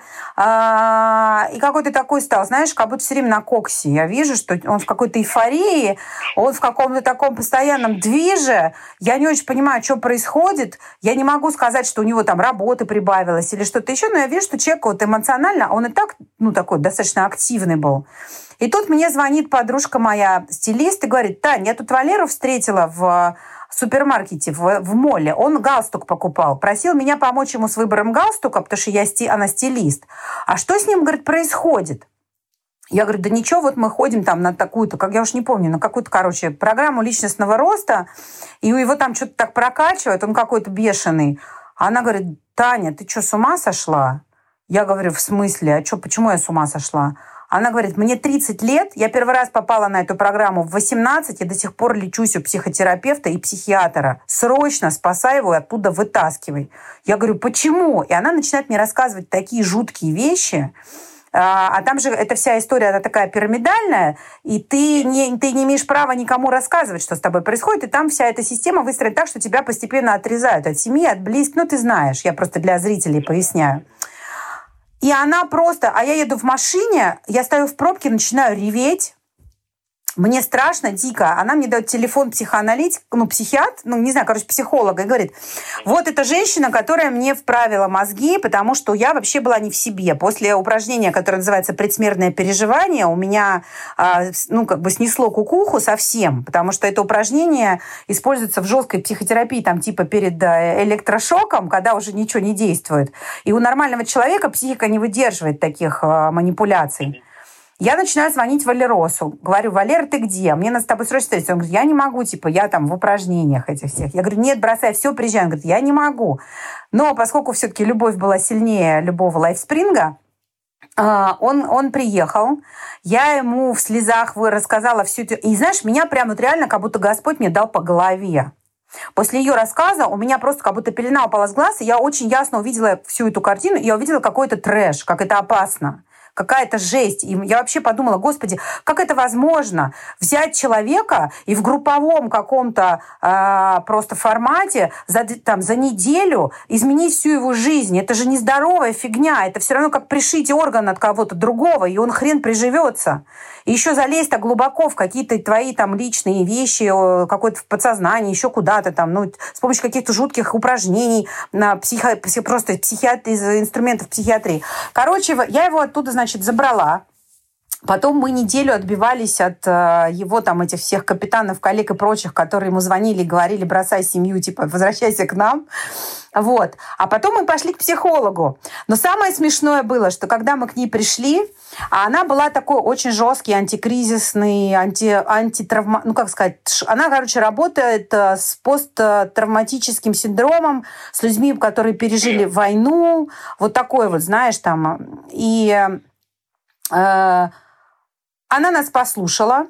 и какой-то такой стал, знаешь, как будто все время на коксе. Я вижу, что он в какой-то эйфории, он в каком-то таком постоянном движе. Я не очень понимаю, что происходит. Я не могу сказать, что у него там работы прибавилось или что-то еще, но я вижу, что человек эмоционально, он и так, такой достаточно активный был. И тут мне звонит подружка моя, стилист, и говорит: Тань, я тут Валеру встретила в супермаркете, в молле. Он галстук покупал. Просил меня помочь ему с выбором галстука, потому что она стилист. А что с ним, говорит, происходит? Я говорю: да ничего, вот мы ходим там на такую-то, как я уж не помню, на какую-то, программу личностного роста, и его там что-то так прокачивает, он какой-то бешеный. А она говорит: Таня, ты что, с ума сошла? Я говорю: в смысле? А что, почему я с ума сошла? Она говорит: мне 30 лет, я первый раз попала на эту программу в 18, и до сих пор лечусь у психотерапевта и психиатра. Срочно спасай его и оттуда вытаскивай. Я говорю: почему? И она начинает мне рассказывать такие жуткие вещи. А там же эта вся история, она такая пирамидальная, и ты не имеешь права никому рассказывать, что с тобой происходит, и там вся эта система выстроена так, что тебя постепенно отрезают от семьи, от близких. Ты знаешь, я просто для зрителей поясняю. И она просто... А я еду в машине, я стою в пробке, начинаю реветь. Мне страшно, дико. Она мне дает телефон психоаналитика, психиатр, психолога, и говорит: вот эта женщина, которая мне вправила мозги, потому что я вообще была не в себе. После упражнения, которое называется предсмертное переживание, у меня снесло кукуху совсем, потому что это упражнение используется в жесткой психотерапии, перед электрошоком, когда уже ничего не действует. И у нормального человека психика не выдерживает таких манипуляций. Я начинаю звонить Валеросу. Говорю: Валер, ты где? Мне надо с тобой срочно встретиться. Он говорит: я не могу, я там в упражнениях этих всех. Я говорю: нет, бросай, все, приезжай. Он говорит: я не могу. Но поскольку все-таки любовь была сильнее любого лайфспринга, он приехал. Я ему в слезах рассказала всю эту... И знаешь, меня прям реально как будто Господь мне дал по голове. После ее рассказа у меня просто как будто пелена упала с глаз, и я очень ясно увидела всю эту картину, и я увидела какой-то трэш, как это опасно. Какая-то жесть. И я вообще подумала: Господи, как это возможно? Взять человека и в групповом каком-то просто формате за неделю изменить всю его жизнь. Это же нездоровая фигня. Это все равно как пришить орган от кого-то другого, и он хрен приживется. И еще залезть так глубоко в какие-то твои личные вещи, какое-то в подсознание, еще куда-то с помощью каких-то жутких упражнений, просто из инструментов психиатрии. Короче, я его оттуда, забрала. Потом мы неделю отбивались от его этих всех капитанов, коллег и прочих, которые ему звонили и говорили: бросай семью, возвращайся к нам. Вот. А потом мы пошли к психологу. Но самое смешное было, что когда мы к ней пришли, она была такой очень жесткий, антикризисный, она, работает с посттравматическим синдромом, с людьми, которые пережили войну, вот такой знаешь, и она нас послушала,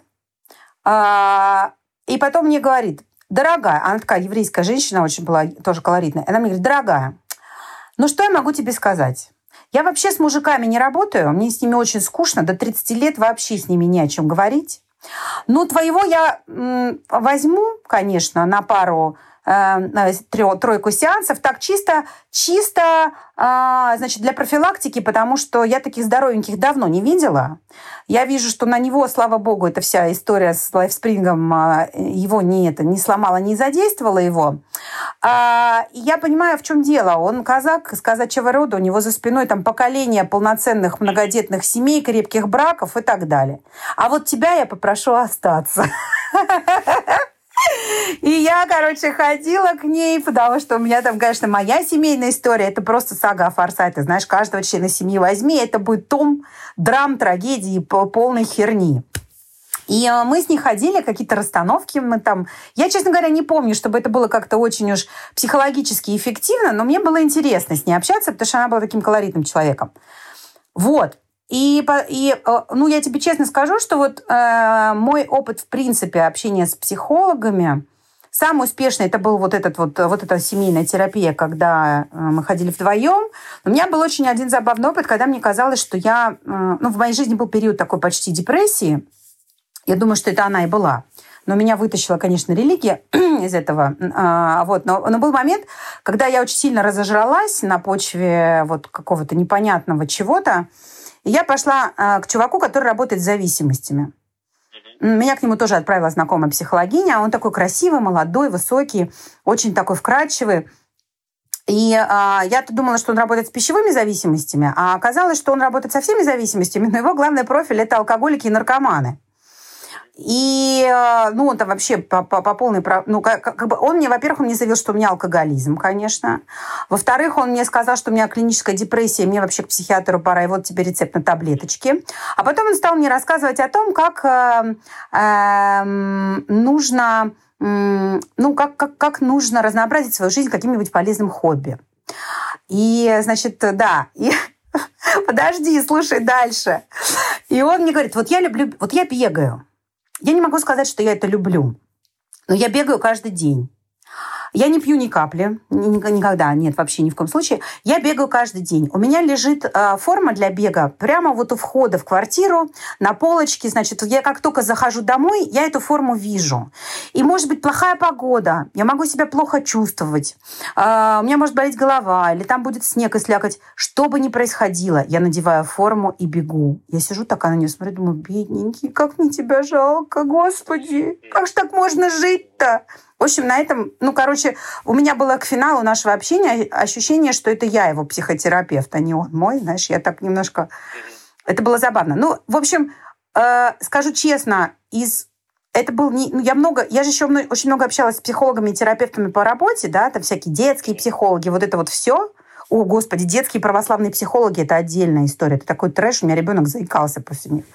и потом мне говорит: дорогая, она такая еврейская женщина, очень была тоже колоритная, она мне говорит: дорогая, что я могу тебе сказать? Я вообще с мужиками не работаю, мне с ними очень скучно, до 30 лет вообще с ними не о чем говорить. Ну, твоего я возьму, конечно, на пару, тройку сеансов, так чисто, значит, для профилактики, потому что я таких здоровеньких давно не видела. Я вижу, что на него, слава богу, эта вся история с лайфспрингом его не сломала, не задействовала его. И я понимаю, в чем дело. Он казак из казачьего рода, у него за спиной там поколение полноценных многодетных семей, крепких браков и так далее. А вот тебя я попрошу остаться. И я, ходила к ней, потому что у меня там, конечно, моя семейная история, это просто сага о форсайте. Знаешь, каждого члена семьи возьми, это будет том драм, трагедии, полной херни. И мы с ней ходили, какие-то расстановки мы там... Я, честно говоря, не помню, чтобы это было как-то очень уж психологически эффективно, но мне было интересно с ней общаться, потому что она была таким колоритным человеком. Вот. И я тебе честно скажу, что вот мой опыт, в принципе, общения с психологами, самый успешный, это был вот эта семейная терапия, когда мы ходили вдвоем. У меня был очень один забавный опыт, когда мне казалось, что в моей жизни был период такой почти депрессии. Я думаю, что это она и была. Но меня вытащила, конечно, религия из этого. Но был момент, когда я очень сильно разожралась на почве вот какого-то непонятного чего-то. И я пошла к чуваку, который работает с зависимостями. Меня к нему тоже отправила знакомая психологиня. Он такой красивый, молодой, высокий, очень такой вкрадчивый. И я-то думала, что он работает с пищевыми зависимостями, а оказалось, что он работает со всеми зависимостями, но его главный профиль – это алкоголики и наркоманы. И, он там вообще по полной... он мне, во-первых, он мне заявил, что у меня алкоголизм, конечно. Во-вторых, он мне сказал, что у меня клиническая депрессия, мне вообще к психиатру пора, и вот тебе рецепт на таблеточки. А потом он стал мне рассказывать о том, как нужно... как нужно разнообразить свою жизнь каким-нибудь полезным хобби. И, значит, да... Подожди, слушай дальше. И он мне говорит, вот я бегаю. Я не могу сказать, что я это люблю, но я бегаю каждый день. Я не пью ни капли, никогда, нет, вообще ни в коем случае. Я бегаю каждый день. У меня лежит форма для бега прямо вот у входа в квартиру, на полочке. Значит, я как только захожу домой, я эту форму вижу. И может быть плохая погода, я могу себя плохо чувствовать, у меня может болеть голова, или там будет снег и слякоть. Что бы ни происходило, я надеваю форму и бегу. Я сижу такая на нее, смотрю, думаю, бедненький, как мне тебя жалко, Господи, как же так можно жить-то? В общем, на этом, у меня было к финалу нашего общения ощущение, что это я его психотерапевт, а не он мой, знаешь, я так немножко... Это было забавно. В общем, скажу честно, это был не... Я же еще очень много общалась с психологами и терапевтами по работе, да, там всякие детские психологи, вот это вот все. О, Господи, детские православные психологи – это отдельная история. Это такой трэш, у меня ребенок заикался после них.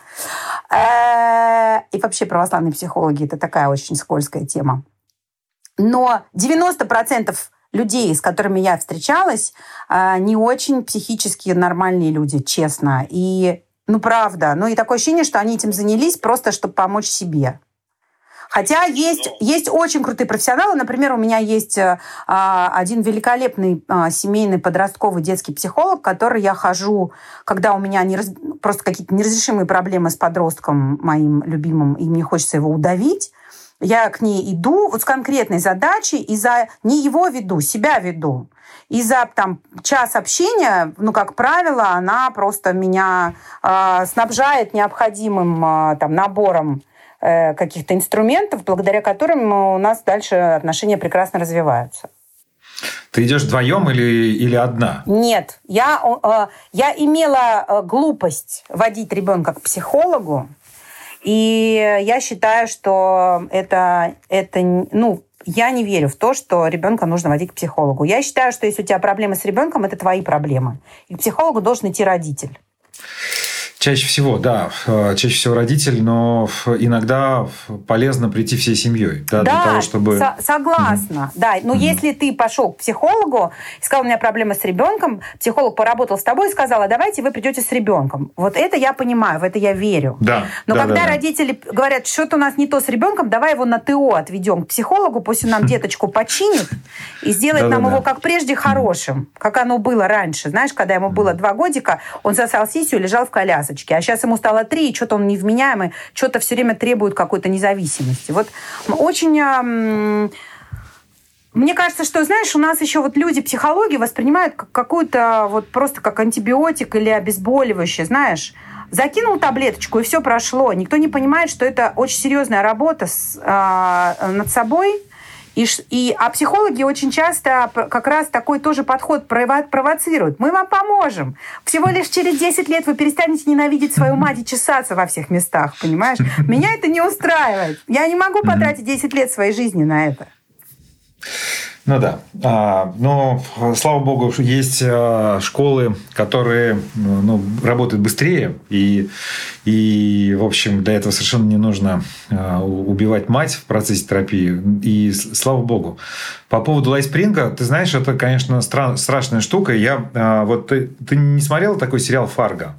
И вообще православные психологи – это такая очень скользкая тема. Но 90% людей, с которыми я встречалась, не очень психически нормальные люди, честно. И, правда. И такое ощущение, что они этим занялись просто, чтобы помочь себе. Хотя есть очень крутые профессионалы. Например, у меня есть один великолепный семейный подростковый детский психолог, к которому я хожу, когда у меня просто какие-то неразрешимые проблемы с подростком моим любимым, и мне хочется его удавить. Я к ней иду вот с конкретной задачей, и не его веду, себя веду. И за час общения, как правило, она просто меня снабжает необходимым набором каких-то инструментов, благодаря которым у нас дальше отношения прекрасно развиваются. Ты идешь вдвоем или одна? Нет. Я имела глупость водить ребенка к психологу. И я считаю, что я не верю в то, что ребенка нужно водить к психологу. Я считаю, что если у тебя проблемы с ребенком, это твои проблемы. И к психологу должен идти родитель. Чаще всего, да. Чаще всего родитель, но иногда полезно прийти всей семьей. Да, для того, чтобы... Согласна. Да. Но если ты пошел к психологу и сказал, у меня проблемы с ребенком, психолог поработал с тобой и сказал, давайте вы придете с ребенком. Вот это я понимаю, в это я верю. Да. Но когда родители говорят, что-то у нас не то с ребенком, давай его на ТО отведем к психологу, пусть он нам деточку починит и сделает нам его, как прежде, хорошим, как оно было раньше. Знаешь, когда ему было 2 годика, он сосал сисю и лежал в коляске. колясочке, а сейчас ему стало 3, и что-то он невменяемый, что-то все время требует какой-то независимости. Вот очень... Мне кажется, что, знаешь, у нас еще вот люди психологию воспринимают как какую-то вот просто как антибиотик или обезболивающее, знаешь. Закинул таблеточку, и все прошло. Никто не понимает, что это очень серьезная работа над собой. А психологи очень часто как раз такой тоже подход провоцируют. Мы вам поможем. Всего лишь через 10 лет вы перестанете ненавидеть свою мать и чесаться во всех местах, понимаешь? Меня это не устраивает. Я не могу потратить 10 лет своей жизни на это. Ну да. Но, слава богу, есть школы, которые работают быстрее. И, в общем, для этого совершенно не нужно убивать мать в процессе терапии. И слава богу. По поводу лайфспринга, ты знаешь, это, конечно, страшная штука. Ты не смотрела такой сериал «Фарго»?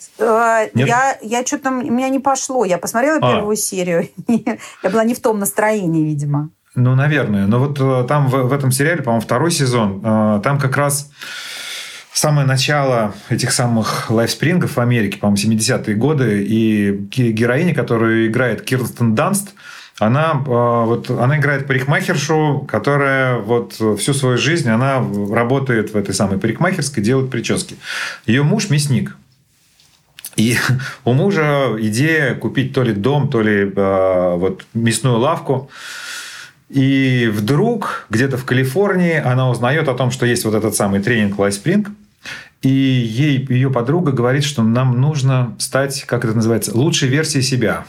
Я что-то... У меня не пошло. Я посмотрела первую серию. Я была не в том настроении, видимо. Ну, наверное. Но вот там в этом сериале, по-моему, 2-й сезон, там как раз самое начало этих самых лайфспрингов в Америке, по-моему, 70-е годы, и героиня, которую играет Кирстен Данст, она играет парикмахершу, которая вот всю свою жизнь она работает в этой самой парикмахерской, делает прически. Ее муж мясник. И у мужа идея купить то ли дом, то ли мясную лавку. И вдруг где-то в Калифорнии она узнает о том, что есть вот этот самый тренинг лайфспринг. И ее подруга говорит, что нам нужно стать, как это называется, лучшей версией себя.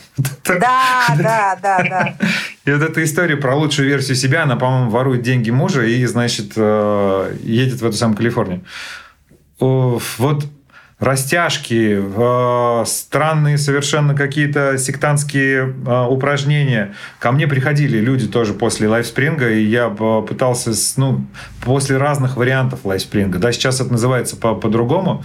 Да. И вот эта история про лучшую версию себя, она, по-моему, ворует деньги мужа и, значит, едет в эту самую Калифорнию. Вот растяжки, странные совершенно какие-то сектантские упражнения. Ко мне приходили люди тоже после лайфспринга, и я пытался, после разных вариантов лайфспринга. Да, сейчас это называется по-другому.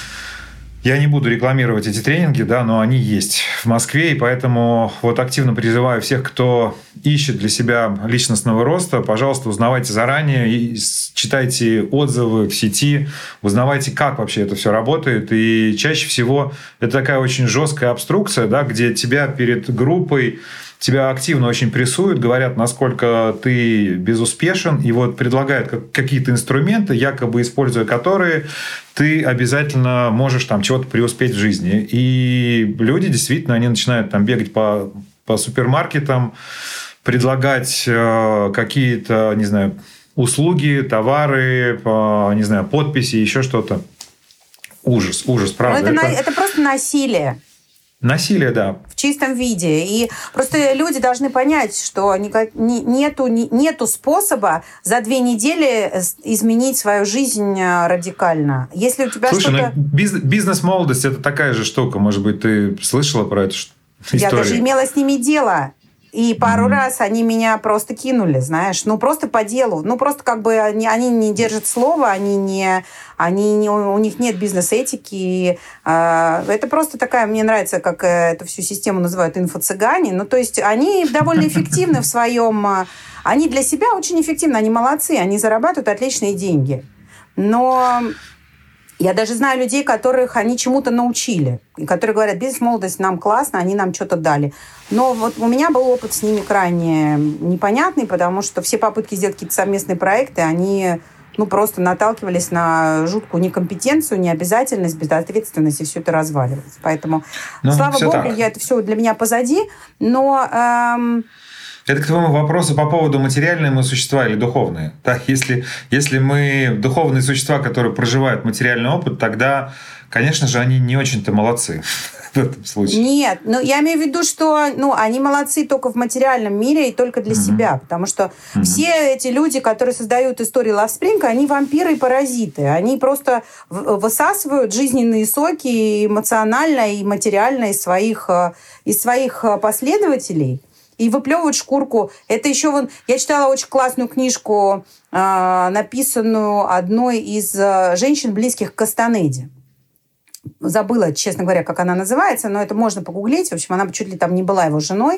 Я не буду рекламировать эти тренинги, да, но они есть в Москве, и поэтому вот активно призываю всех, кто ищет для себя личностного роста, пожалуйста, узнавайте заранее, и читайте отзывы в сети, узнавайте, как вообще это все работает. И чаще всего это такая очень жесткая обструкция, да, где тебя перед группой тебя активно очень прессуют, говорят, насколько ты безуспешен, и вот предлагают какие-то инструменты, якобы используя которые ты обязательно можешь там чего-то преуспеть в жизни. И люди действительно, они начинают там бегать по супермаркетам, предлагать какие-то, не знаю, услуги, товары, не знаю, подписи, еще что-то. Ужас, правда. Это просто насилие. Насилие, да. В чистом виде. И просто люди должны понять, что нету способа за 2 недели изменить свою жизнь радикально. Если у тебя что-то... Бизнес-молодость – это такая же штука. Может быть, ты слышала про эту историю? Я даже имела с ними дело. И пару раз они меня просто кинули, знаешь, просто по делу. Просто как бы они не держат слова, у них нет бизнес-этики. Это просто такая, мне нравится, как эту всю систему называют инфо-цыгане. То есть они довольно эффективны в своем... Они для себя очень эффективны, они молодцы, они зарабатывают отличные деньги. Но... Я даже знаю людей, которых они чему-то научили, и которые говорят, бизнес-молодость нам классно, они нам что-то дали. Но вот у меня был опыт с ними крайне непонятный, потому что все попытки сделать какие-то совместные проекты, они просто наталкивались на жуткую некомпетенцию, необязательность, безответственность, и все это разваливается. Поэтому, слава богу, это все для меня позади, но... Это к твоему вопросу по поводу материальные мы существа или духовные. Да, если мы духовные существа, которые проживают материальный опыт, тогда, конечно же, они не очень-то молодцы в этом случае. Нет, я имею в виду, что они молодцы только в материальном мире и только для себя, потому что все эти люди, которые создают историю лавспринга, они вампиры и паразиты. Они просто высасывают жизненные соки эмоционально и материально из своих последователей. И выплевывают шкурку. Это еще я читала очень классную книжку, написанную одной из женщин, близких к Кастанеде. Забыла, честно говоря, как она называется, но это можно погуглить. В общем, она чуть ли там не была его женой.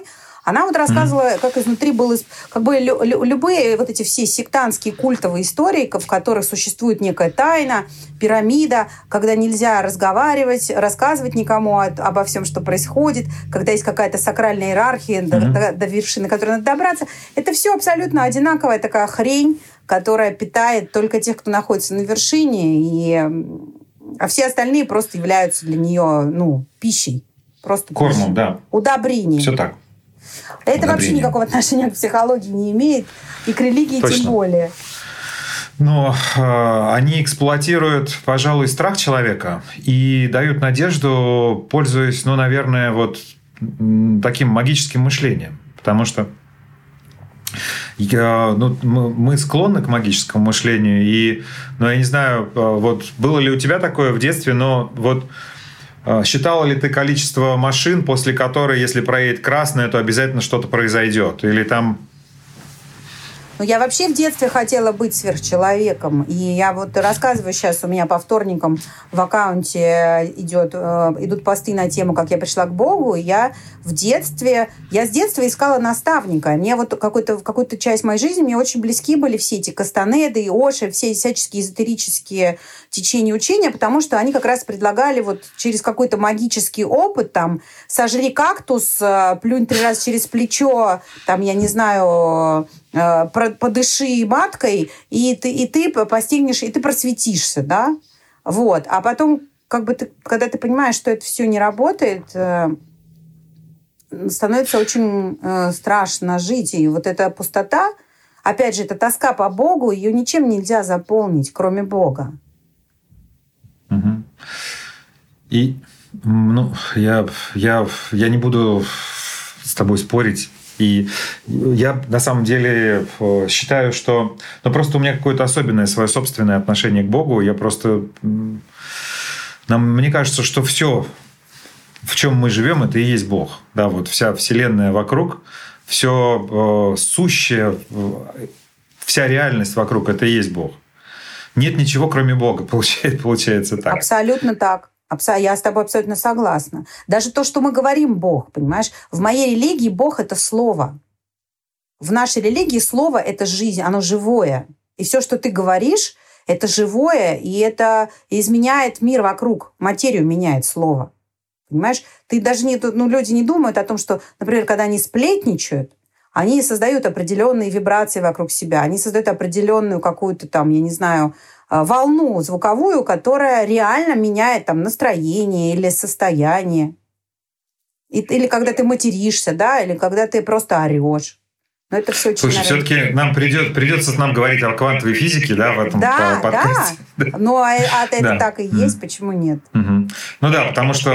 Она вот рассказывала, как изнутри было... Как бы любые вот эти все сектантские культовые истории, в которых существует некая тайна, пирамида, когда нельзя разговаривать, рассказывать никому обо всем, что происходит, когда есть какая-то сакральная иерархия, до вершины которой надо добраться. Это все абсолютно одинаковая такая хрень, которая питает только тех, кто находится на вершине, а все остальные просто являются для нее пищей. Просто кормом, пищей. Да. Удобрением. Все так. Это вообще никакого отношения к психологии не имеет, и к религии Точно. тем более. Но они эксплуатируют, пожалуй, страх человека и дают надежду, пользуясь, наверное, вот таким магическим мышлением. Потому что мы склонны к магическому мышлению. Я не знаю, вот было ли у тебя такое в детстве, но вот считала ли ты количество машин, после которой, если проедет красная, то обязательно что-то произойдет? Или там... Я вообще в детстве хотела быть сверхчеловеком. И я вот рассказываю сейчас, у меня по вторникам в аккаунте идут посты на тему, как я пришла к Богу. И я с детства искала наставника. Мне вот какую-то часть моей жизни мне очень близки были все эти Кастанеды и Оши, все всяческие эзотерические течения учения, потому что они как раз предлагали вот через какой-то магический опыт, там, сожри кактус, плюнь 3 раза через плечо, там, я не знаю... подыши маткой, и ты постигнешь, и ты просветишься, да? Вот. А потом, когда ты понимаешь, что это все не работает, становится очень страшно жить. И вот эта пустота, опять же, эта тоска по Богу, ее ничем нельзя заполнить, кроме Бога. Угу. И я не буду с тобой спорить. И я на самом деле считаю, что просто у меня какое-то особенное свое собственное отношение к Богу. Мне кажется, что все, в чем мы живем, это и есть Бог. Да, вот вся Вселенная вокруг, все сущее, вся реальность вокруг, это и есть Бог. Нет ничего, кроме Бога, получается так. Абсолютно так. Я с тобой абсолютно согласна. Даже то, что мы говорим «Бог», понимаешь? В моей религии Бог — это слово. В нашей религии слово — это жизнь, оно живое. И все, что ты говоришь, это живое, и это изменяет мир вокруг. Материю меняет слово. Понимаешь? Люди не думают о том, что, например, когда они сплетничают, они создают определенные вибрации вокруг себя, они создают определенную какую-то там, я не знаю, волну звуковую, которая реально меняет там настроение или состояние. Или когда ты материшься, да, или когда ты просто орешь. Но это все очень... Слушай, все-таки нам придется нам говорить о квантовой физике, да, в этом подкасте. Да. Ну, это так и есть, почему нет? Ну да, потому что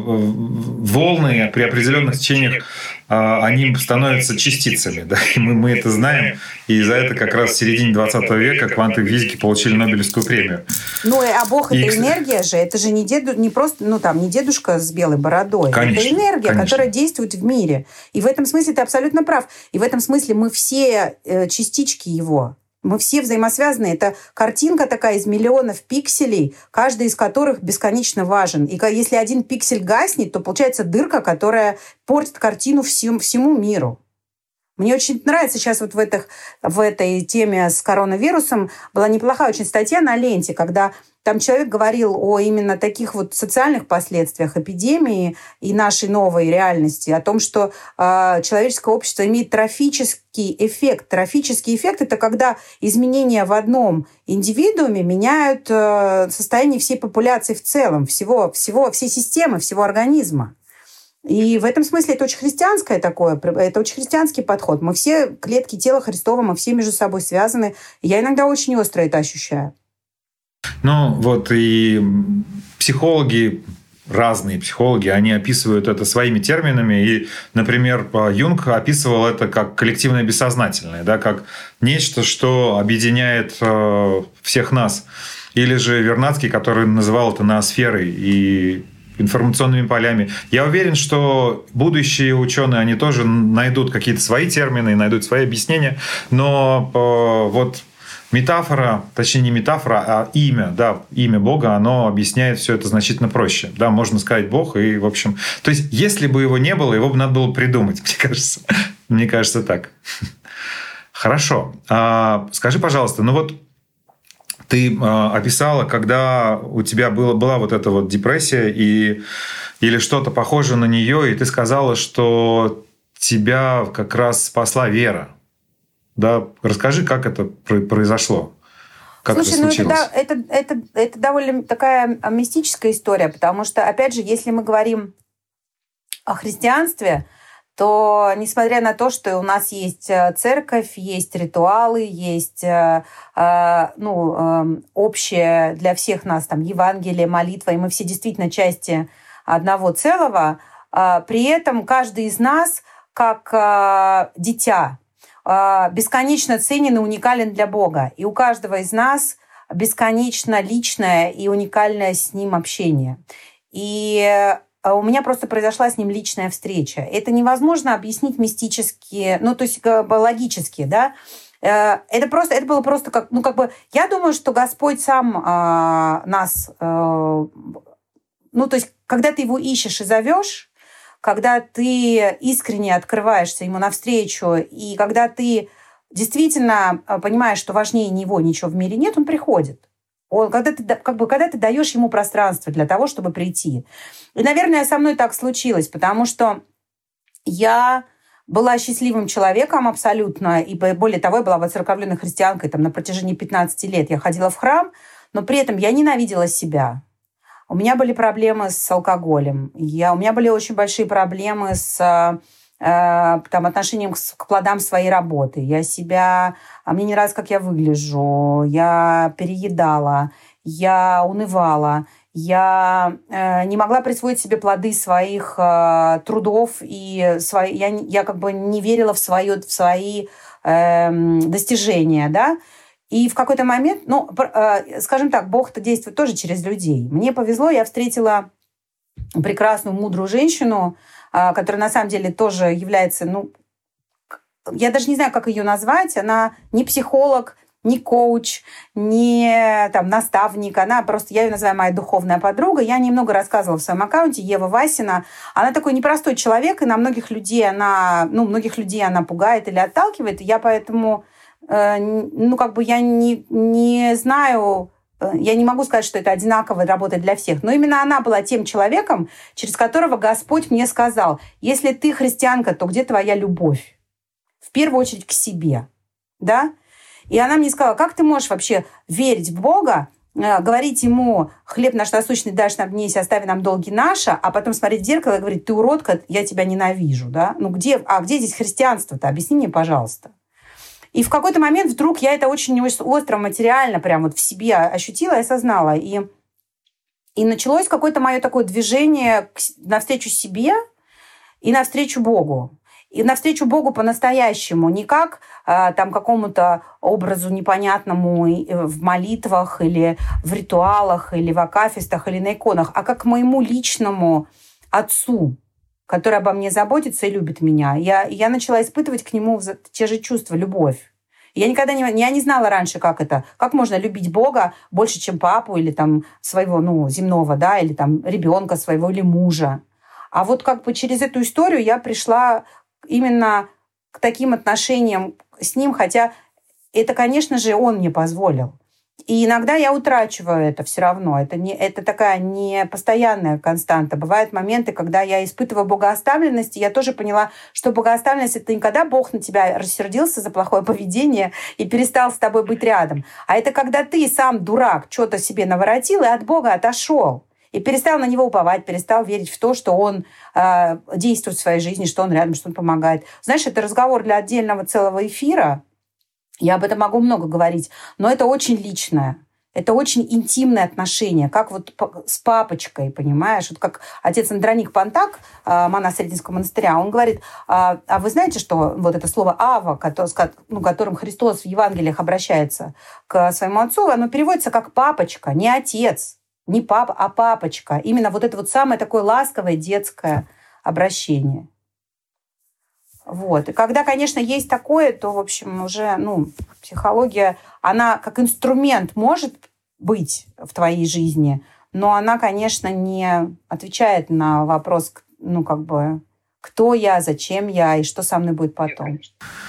волны при определенных течениях, они становятся частицами, да, и мы это знаем, и за это как раз в середине 20 века квантовые физики получили Нобелевскую премию. А Бог — это энергия же, это же не дедушка с белой бородой. Конечно, это энергия, конечно, которая действует в мире. И в этом смысле ты абсолютно прав. И в этом смысле мы все частички его. Мы все взаимосвязаны. Это картинка такая из миллионов пикселей, каждый из которых бесконечно важен. И если один пиксель гаснет, то получается дырка, которая портит картину всему миру. Мне очень нравится сейчас вот в этой теме с коронавирусом была неплохая очень статья на ленте, когда там человек говорил о именно таких вот социальных последствиях эпидемии и нашей новой реальности, о том, что человеческое общество имеет трофический эффект. Трофический эффект — это когда изменения в одном индивидууме меняют состояние всей популяции в целом, всей системы, всего организма. И в этом смысле это очень христианское такое, это очень христианский подход. Мы все клетки тела Христова, мы все между собой связаны. И я иногда очень остро это ощущаю. И психологи, разные психологи, они описывают это своими терминами. И, например, Юнг описывал это как коллективное бессознательное, да, как нечто, что объединяет всех нас. Или же Вернадский, который называл это ноосферой и информационными полями. Я уверен, что будущие ученые, они тоже найдут какие-то свои термины, найдут свои объяснения, но метафора, точнее не метафора, а имя, да, имя Бога, оно объясняет все это значительно проще. Да, можно сказать Бог, и, в общем... То есть, если бы его не было, его бы надо было придумать, мне кажется. Мне кажется, так. Хорошо. Скажи, пожалуйста, ну вот ты описала, когда у тебя была вот эта вот депрессия или что-то похожее на нее, и ты сказала, что тебя как раз спасла вера. Да, расскажи, как это произошло, как Слушай, это случилось. Это довольно такая мистическая история, потому что, опять же, если мы говорим о христианстве, то, несмотря на то, что у нас есть церковь, есть ритуалы, есть общее для всех нас там Евангелие, молитва, и мы все действительно части одного целого, при этом каждый из нас, как дитя, бесконечно ценен и уникален для Бога. И у каждого из нас бесконечно личное и уникальное с Ним общение. И у меня просто произошла с Ним личная встреча. Это невозможно объяснить мистически, то есть логически, да. Это было просто как, я думаю, что Господь сам нас, то есть когда ты Его ищешь и зовешь, когда ты искренне открываешься Ему навстречу, и когда ты действительно понимаешь, что важнее Него ничего в мире нет, Он приходит. Когда ты даешь Ему пространство для того, чтобы прийти. И, наверное, со мной так случилось, потому что я была счастливым человеком абсолютно, и более того, я была воцерковленной христианкой на протяжении 15 лет. Я ходила в храм, но при этом я ненавидела себя. У меня были проблемы с алкоголем. У меня были очень большие проблемы с отношением к плодам своей работы. Мне не нравилось, как я выгляжу. Я переедала. Я унывала. Я не могла присвоить себе плоды своих трудов. И я не верила в свои достижения, да. И в какой-то момент, скажем так, Бог-то действует тоже через людей. Мне повезло, я встретила прекрасную, мудрую женщину, которая на самом деле тоже является, я даже не знаю, как ее назвать. Она не психолог, не коуч, не наставник. Я ее называю моя духовная подруга. Я немного рассказывала в своем аккаунте. Ева Васина. Она такой непростой человек, и на многих людей она пугает или отталкивает. И я поэтому... я не знаю, я не могу сказать, что это одинаково работает для всех, но именно она была тем человеком, через которого Господь мне сказал: если ты христианка, то где твоя любовь? В первую очередь к себе, да? И она мне сказала: как ты можешь вообще верить в Бога, говорить Ему: хлеб наш насущный дашь нам днесь, остави нам долги наши, а потом смотреть в зеркало и говорить: ты уродка, я тебя ненавижу, да? Где здесь христианство-то? Объясни мне, пожалуйста. И в какой-то момент вдруг я это очень остро, материально прям в себе ощутила и осознала. И началось какое-то мое такое движение навстречу себе и навстречу Богу. И навстречу Богу по-настоящему. Не как какому-то образу непонятному в молитвах или в ритуалах, или в акафистах, или на иконах, а как к моему личному Отцу, который обо мне заботится и любит меня. Я начала испытывать к Нему те же чувства, любовь. Я никогда не знала раньше, как это. Как можно любить Бога больше, чем папу или своего земного, да, или ребенка своего, или мужа. А вот через эту историю я пришла именно к таким отношениям с Ним, хотя это, конечно же, Он мне позволил. И иногда я утрачиваю это все равно. Это такая не постоянная константа. Бывают моменты, когда я испытываю богооставленность, и я тоже поняла, что богооставленность — это не когда Бог на тебя рассердился за плохое поведение и перестал с тобой быть рядом, а это когда ты сам, дурак, что-то себе наворотил и от Бога отошел. И перестал на Него уповать, перестал верить в то, что Он действует в своей жизни, что Он рядом, что Он помогает. Знаешь, это разговор для отдельного целого эфира. Я об этом могу много говорить, но это очень личное. Это очень интимное отношение, как с папочкой, понимаешь? Как отец Андроник Пантак, монах Сретенского монастыря, он говорит: а вы знаете, что это слово «ава», которым Христос в Евангелиях обращается к своему отцу, оно переводится как «папочка», не «отец», не «папа», а «папочка». Именно это самое такое ласковое детское обращение. Вот. И когда, конечно, есть такое, то, в общем, уже психология, она как инструмент может быть в твоей жизни, но она, конечно, не отвечает на вопрос, кто я, зачем я и что со мной будет потом.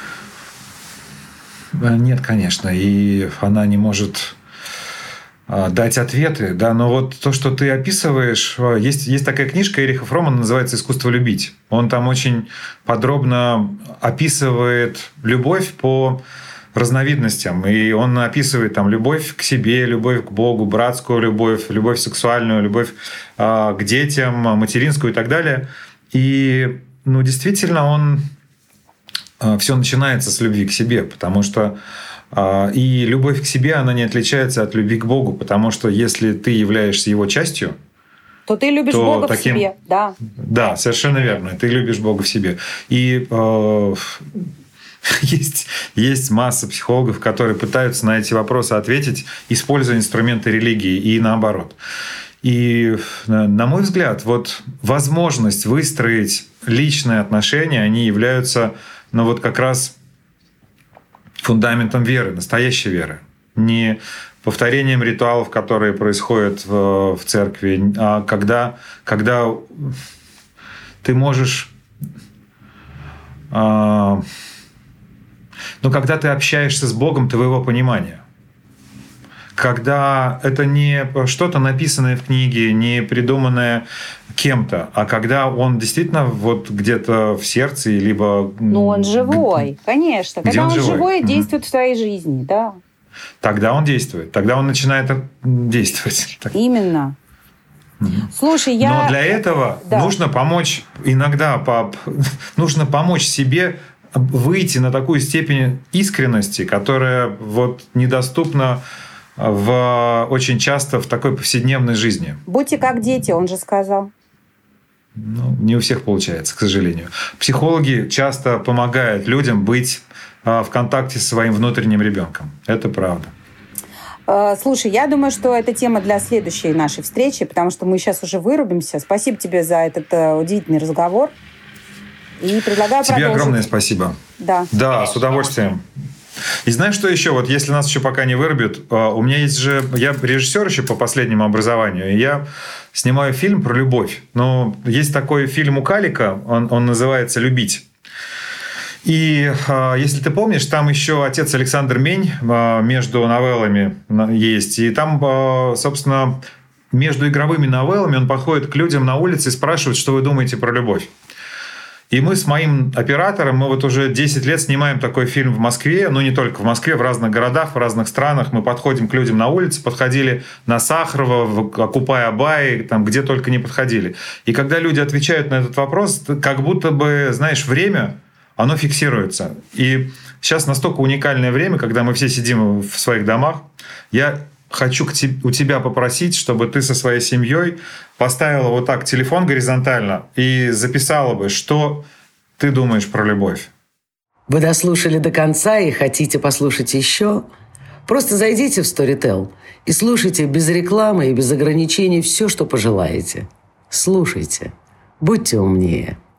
Нет, конечно. И она не может дать ответы, да, но вот то, что ты описываешь, есть такая книжка Эриха Фромана, называется «Искусство любить». Он там очень подробно описывает любовь по разновидностям, и он описывает там любовь к себе, любовь к Богу, братскую любовь сексуальную, любовь к детям, материнскую и так далее. И, действительно, все начинается с любви к себе, потому что и любовь к себе, она не отличается от любви к Богу, потому что если ты являешься его частью, то ты любишь Бога в себе, да. Да, совершенно верно. Ты любишь Бога в себе. И есть масса психологов, которые пытаются на эти вопросы ответить, используя инструменты религии и наоборот. И, на мой взгляд, возможность выстроить личные отношения, они являются, как раз фундаментом веры, настоящей веры. Не повторением ритуалов, которые происходят в церкви, а когда ты можешь... когда ты общаешься с Богом твоего понимания. Когда это не что-то написанное в книге, не придуманное кем-то, а когда он действительно где-то в сердце, либо... он живой, конечно. Когда он живой, действует в твоей жизни, да. Тогда он действует, тогда он начинает действовать. Именно. Слушай, Но для этого нужно помочь нужно помочь себе выйти на такую степень искренности, которая недоступна очень часто в такой повседневной жизни. Будьте как дети, он же сказал. Не у всех получается, к сожалению. Психологи часто помогают людям быть в контакте со своим внутренним ребенком. Это правда. Слушай, я думаю, что это тема для следующей нашей встречи, потому что мы сейчас уже вырубимся. Спасибо тебе за этот удивительный разговор. И предлагаю тебе продолжить. Огромное спасибо. Да, с удовольствием. И знаешь, что еще? Если нас еще пока не вырубят, у меня есть же... Я режиссер еще по последнему образованию, и я снимаю фильм про любовь. Но есть такой фильм у Калика, он называется «Любить». И если ты помнишь, там еще отец Александр Мень между новеллами есть. И там, собственно, между игровыми новеллами он подходит к людям на улице и спрашивает, что вы думаете про любовь. И мы с моим оператором, мы уже 10 лет снимаем такой фильм в Москве, не только в Москве, в разных городах, в разных странах. Мы подходим к людям на улице, подходили на Сахарова, в Акупай-Абай, где только не подходили. И когда люди отвечают на этот вопрос, как будто бы, знаешь, время, оно фиксируется. И сейчас настолько уникальное время, когда мы все сидим в своих домах. Я хочу у тебя попросить, чтобы ты со своей семьей поставила телефон горизонтально и записала бы, что ты думаешь про любовь. Вы дослушали до конца и хотите послушать еще? Просто зайдите в Storytel и слушайте без рекламы и без ограничений все, что пожелаете. Слушайте. Будьте умнее.